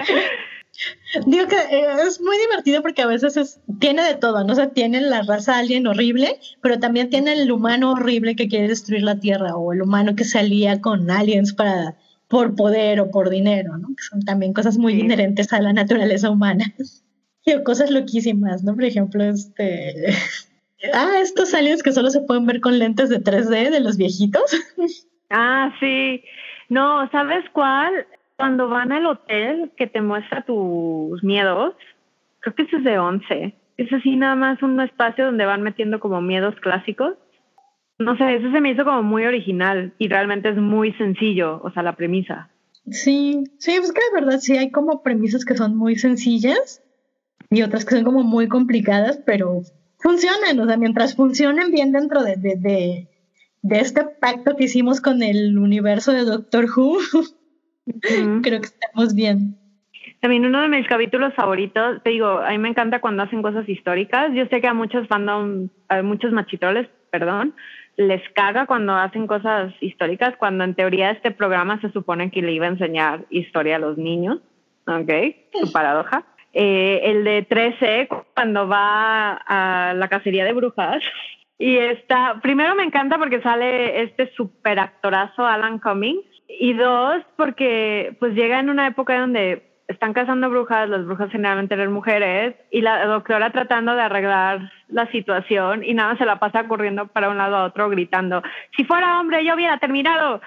Speaker 1: Digo que eh, es muy divertido porque a veces es, tiene de todo, ¿no? O sea, tiene la raza alien horrible, pero también tiene el humano horrible que quiere destruir la Tierra o el humano que se alía con aliens para, por poder o por dinero, ¿no? Que son también cosas muy
Speaker 2: Sí.
Speaker 1: inherentes a la naturaleza humana. Y cosas loquísimas, ¿no? Por ejemplo, este... Ah, estos aliens que solo se pueden ver con lentes de tres D de los viejitos.
Speaker 2: Ah, sí. No, ¿sabes cuál? Cuando van al hotel que te muestra tus miedos, creo que eso es de once. Es así nada más un espacio donde van metiendo como miedos clásicos. No sé, eso se me hizo como muy original y realmente es muy sencillo, o sea, la premisa.
Speaker 1: Sí, sí, pues que de verdad sí hay como premisas que son muy sencillas y otras que son como muy complicadas, pero funcionan, o sea, mientras funcionen bien dentro de, de, de, de este pacto que hicimos con el universo de Doctor Who,
Speaker 2: Ujú.
Speaker 1: creo que estamos bien.
Speaker 2: También uno de mis capítulos favoritos, te digo, a mí me encanta cuando hacen cosas históricas. Yo sé que a muchos fandom, a muchos machitroles, perdón, les caga cuando hacen cosas históricas, cuando en teoría este programa se supone que le iba a enseñar historia a los niños, ¿ok? Su paradoja. Eh, el de trece, cuando va a la cacería de brujas, y está, primero me encanta porque sale este super actorazo Alan Cummings, y dos, porque pues llega en una época donde están cazando brujas, las brujas generalmente eran mujeres, y la doctora tratando de arreglar la situación y nada, se la pasa corriendo para un lado a otro gritando, si fuera hombre yo hubiera terminado.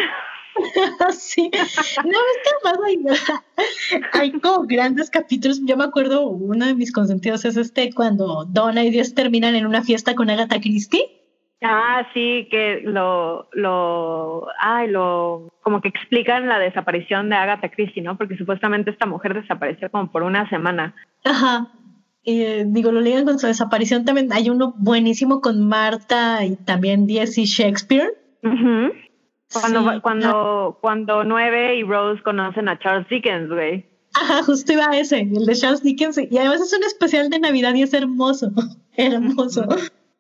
Speaker 1: Sí, no, es que además hay, hay como grandes capítulos. Yo me acuerdo, uno de mis consentidos es este cuando Donna y Diez terminan en una fiesta con Agatha Christie.
Speaker 2: Ah, sí, que lo, lo, ay, lo, como que explican la desaparición de Agatha Christie, ¿no? Porque supuestamente esta mujer desapareció como por una semana.
Speaker 1: Ajá. Y, eh, digo, lo ligan con su desaparición. También hay uno buenísimo con Marta y también Diez y Shakespeare.
Speaker 2: Uh-huh. Cuando,
Speaker 1: Sí.
Speaker 2: cuando, cuando Nueve y Rose conocen a Charles Dickens, güey.
Speaker 1: Ajá, justo iba a ese, el de Charles Dickens. Y además es un especial de Navidad y es hermoso. Hermoso.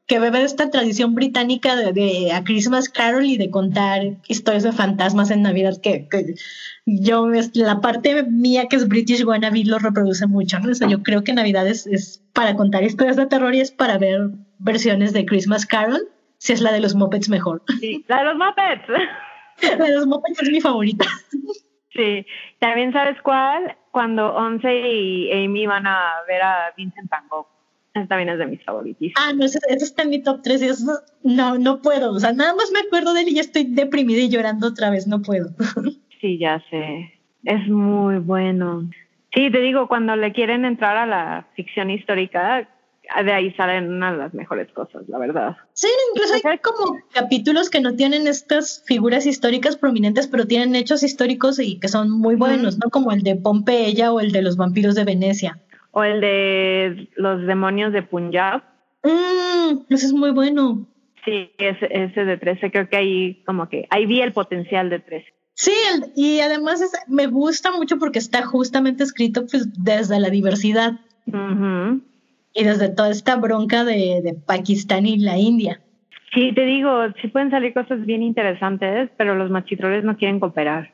Speaker 1: que bebe de esta tradición británica de, de A Christmas Carol y de contar historias de fantasmas en Navidad, que, que yo, la parte mía que es British wannabe lo reproduce mucho, ¿no? O sea, yo creo que Navidad es, es para contar historias de terror y es para ver versiones de Christmas Carol, si es la de los Muppets mejor.
Speaker 2: Sí, la de los Muppets.
Speaker 1: La de los Muppets es mi favorita.
Speaker 2: Sí, también ¿sabes cuál? Cuando Once y Amy van a ver a Vincent Van Gogh. Esa también es de mis favoritos.
Speaker 1: Ah, no, ese, ese está en mi top tres y eso, no, no puedo. O sea, nada más me acuerdo de él y ya estoy deprimida y llorando otra vez, no puedo.
Speaker 2: Sí, ya sé. Es muy bueno. Sí, te digo, cuando le quieren entrar a la ficción histórica, de ahí salen una de las mejores cosas, la verdad.
Speaker 1: Sí, incluso hay como capítulos que no tienen estas figuras históricas prominentes, pero tienen hechos históricos y que son muy buenos, mm. ¿no? Como el de Pompeya o el de los vampiros de Venecia.
Speaker 2: O el de los demonios de Punjab.
Speaker 1: Mm, ese es muy bueno.
Speaker 2: Sí, ese, ese de trece, creo que ahí como que ahí vi el potencial de trece.
Speaker 1: Sí, el, y además es, me gusta mucho porque está justamente escrito pues desde la diversidad.
Speaker 2: Uh-huh.
Speaker 1: Y desde toda esta bronca de, de Pakistán y la India.
Speaker 2: Sí, te digo, sí pueden salir cosas bien interesantes, pero los machitroles no quieren cooperar.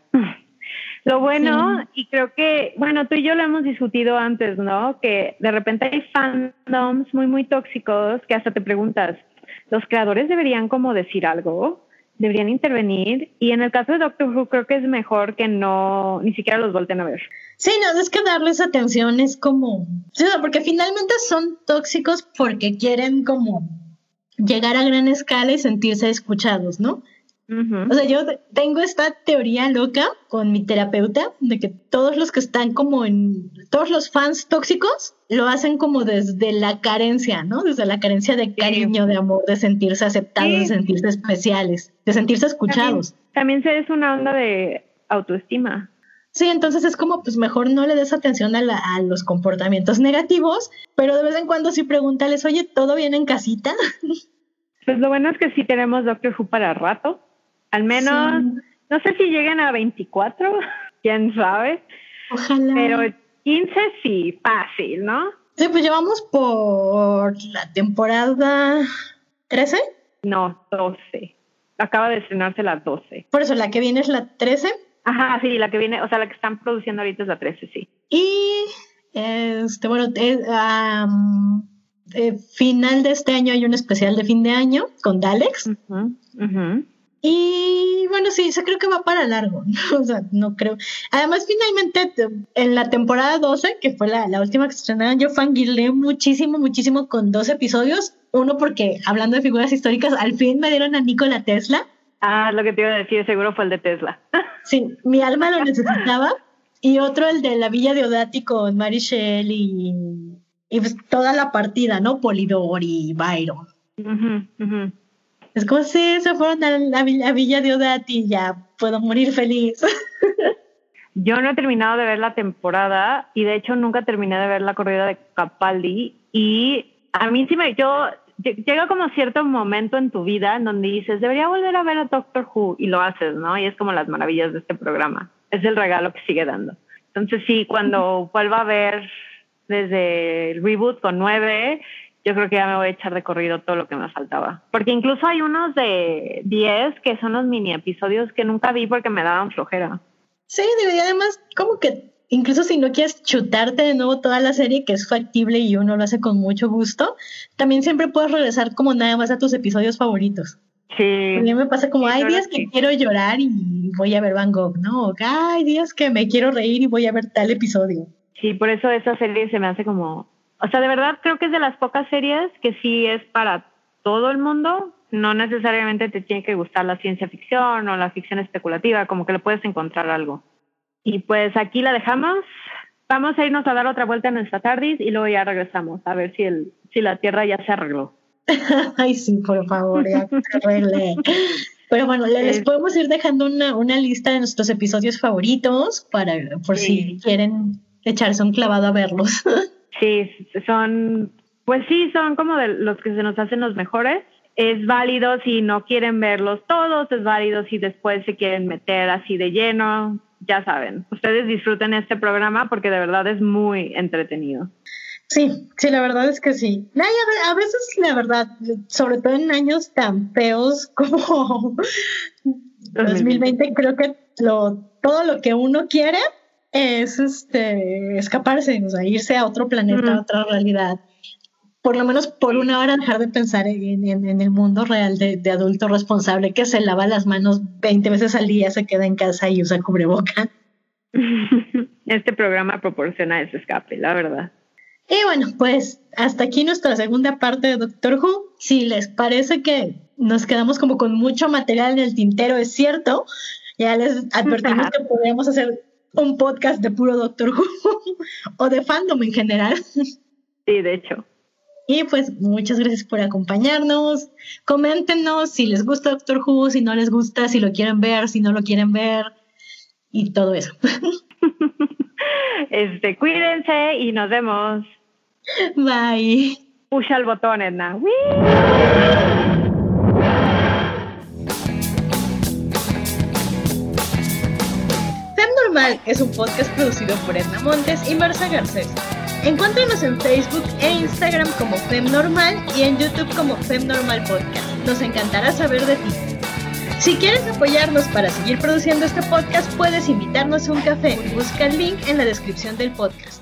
Speaker 2: Lo bueno, sí. Y creo que, bueno, tú y yo lo hemos discutido antes, ¿no? Que de repente hay fandoms muy, muy tóxicos que hasta te preguntas, ¿los creadores deberían como decir algo? ¿Deberían intervenir? Y en el caso de Doctor Who creo que es mejor que no, ni siquiera los volteen a ver.
Speaker 1: Sí, no, es que darles atención es como... Sí, porque finalmente son tóxicos porque quieren como llegar a gran escala y sentirse escuchados, ¿no? Uh-huh. O sea, yo tengo esta teoría loca con mi terapeuta de que todos los que están como en... Todos los fans tóxicos lo hacen como desde la carencia, ¿no? Desde la carencia de cariño, sí. De amor, de sentirse aceptados, sí. De sentirse especiales, de sentirse escuchados.
Speaker 2: También, también es una onda de autoestima.
Speaker 1: Sí, entonces es como, pues mejor no le des atención a, la, a los comportamientos negativos, pero de vez en cuando sí pregúntales, oye, ¿todo bien en casita?
Speaker 2: Pues lo bueno es que sí tenemos Doctor Who para rato. Al menos, sí. No sé si lleguen a veinticuatro, quién sabe.
Speaker 1: Ojalá.
Speaker 2: Pero quince sí, fácil, ¿no?
Speaker 1: Sí, pues llevamos por la temporada trece.
Speaker 2: No, doce. Acaba de estrenarse la doce.
Speaker 1: Por eso, la que viene es la trece.
Speaker 2: Ajá, sí, la que viene, o sea, la que están produciendo ahorita es la trece, sí.
Speaker 1: Y, este, bueno, eh, um, eh, final de este año hay un especial de fin de año con Daleks.
Speaker 2: Uh-huh, uh-huh.
Speaker 1: Y, bueno, sí, eso creo que va para largo, ¿no? O sea, no creo. Además, finalmente, en la temporada doce, que fue la, la última que estrenaron, yo fangirlé muchísimo, muchísimo con dos episodios. Uno porque, hablando de figuras históricas, al fin me dieron a Nikola Tesla.
Speaker 2: Ah, lo que te iba a decir, seguro fue el de Tesla.
Speaker 1: Sí, mi alma lo necesitaba. Y otro, el de la Villa de Odati con Mary Shelley y, y pues toda la partida, ¿no? Polidori y Byron.
Speaker 2: Uh-huh, uh-huh.
Speaker 1: Es como si se fueron a la Villa, a Villa de Odati y ya puedo morir feliz.
Speaker 2: Yo no he terminado de ver la temporada y de hecho nunca terminé de ver la corrida de Capaldi. Y a mí sí me... yo llega como cierto momento en tu vida en donde dices, debería volver a ver a Doctor Who, y lo haces, ¿no? Y es como las maravillas de este programa. Es el regalo que sigue dando. Entonces sí, cuando vuelva a ver desde el reboot con nueve, yo creo que ya me voy a echar de corrido todo lo que me faltaba. Porque incluso hay unos de diez que son los mini episodios que nunca vi porque me daban flojera.
Speaker 1: Sí, y además como que incluso si no quieres chutarte de nuevo toda la serie, que es factible y uno lo hace con mucho gusto, también siempre puedes regresar como nada más a tus episodios favoritos.
Speaker 2: Sí.
Speaker 1: A mí me pasa como,
Speaker 2: sí,
Speaker 1: hay días que sí. Quiero llorar y voy a ver Van Gogh, ¿no? O hay días que me quiero reír y voy a ver tal episodio.
Speaker 2: Sí, por eso esa serie se me hace como... O sea, de verdad creo que es de las pocas series que sí es para todo el mundo. No necesariamente te tiene que gustar la ciencia ficción o la ficción especulativa, como que le puedes encontrar algo. Y pues aquí la dejamos. Vamos a irnos a dar otra vuelta en nuestra tardis y luego ya regresamos a ver si el si la Tierra ya se arregló.
Speaker 1: Ay, sí, por favor, ya se arregle. Pero bueno, les eh, podemos ir dejando una, una lista de nuestros episodios favoritos para por sí. Si quieren echarse un clavado a verlos.
Speaker 2: Sí, son, pues sí, son como de los que se nos hacen los mejores. Es válido si no quieren verlos todos, es válido si después se quieren meter así de lleno. Ya saben, ustedes disfruten este programa porque de verdad es muy entretenido.
Speaker 1: Sí, sí, la verdad es que sí. Ay, a, a veces, la verdad, sobre todo en años tan feos como dos mil veinte, creo que lo, todo lo que uno quiere es este escaparse, o sea, irse a otro planeta, mm. a otra realidad. Por lo menos por una hora dejar de pensar en, en, en el mundo real de, de adulto responsable que se lava las manos veinte veces al día, se queda en casa y usa cubreboca.
Speaker 2: Este programa proporciona ese escape, la verdad.
Speaker 1: Y bueno, pues hasta aquí nuestra segunda parte de Doctor Who. Si les parece que nos quedamos como con mucho material en el tintero, es cierto. Ya les advertimos que podríamos hacer un podcast de puro Doctor Who o de fandom en general.
Speaker 2: Sí, de hecho.
Speaker 1: Y pues muchas gracias por acompañarnos. Coméntenos si les gusta Doctor Who, si no les gusta, si lo quieren ver, si no lo quieren ver y todo eso.
Speaker 2: Este, cuídense y nos vemos.
Speaker 1: Bye.
Speaker 2: Pucha el botón, Edna.
Speaker 1: Fem Normal es un podcast producido por Edna Montes y Marcia Garcés. Encuéntranos en Facebook e Instagram como Fem Normal y en YouTube como Fem Normal Podcast. Nos encantará saber de ti. Si quieres apoyarnos para seguir produciendo este podcast, puedes invitarnos a un café. Busca el link en la descripción del podcast.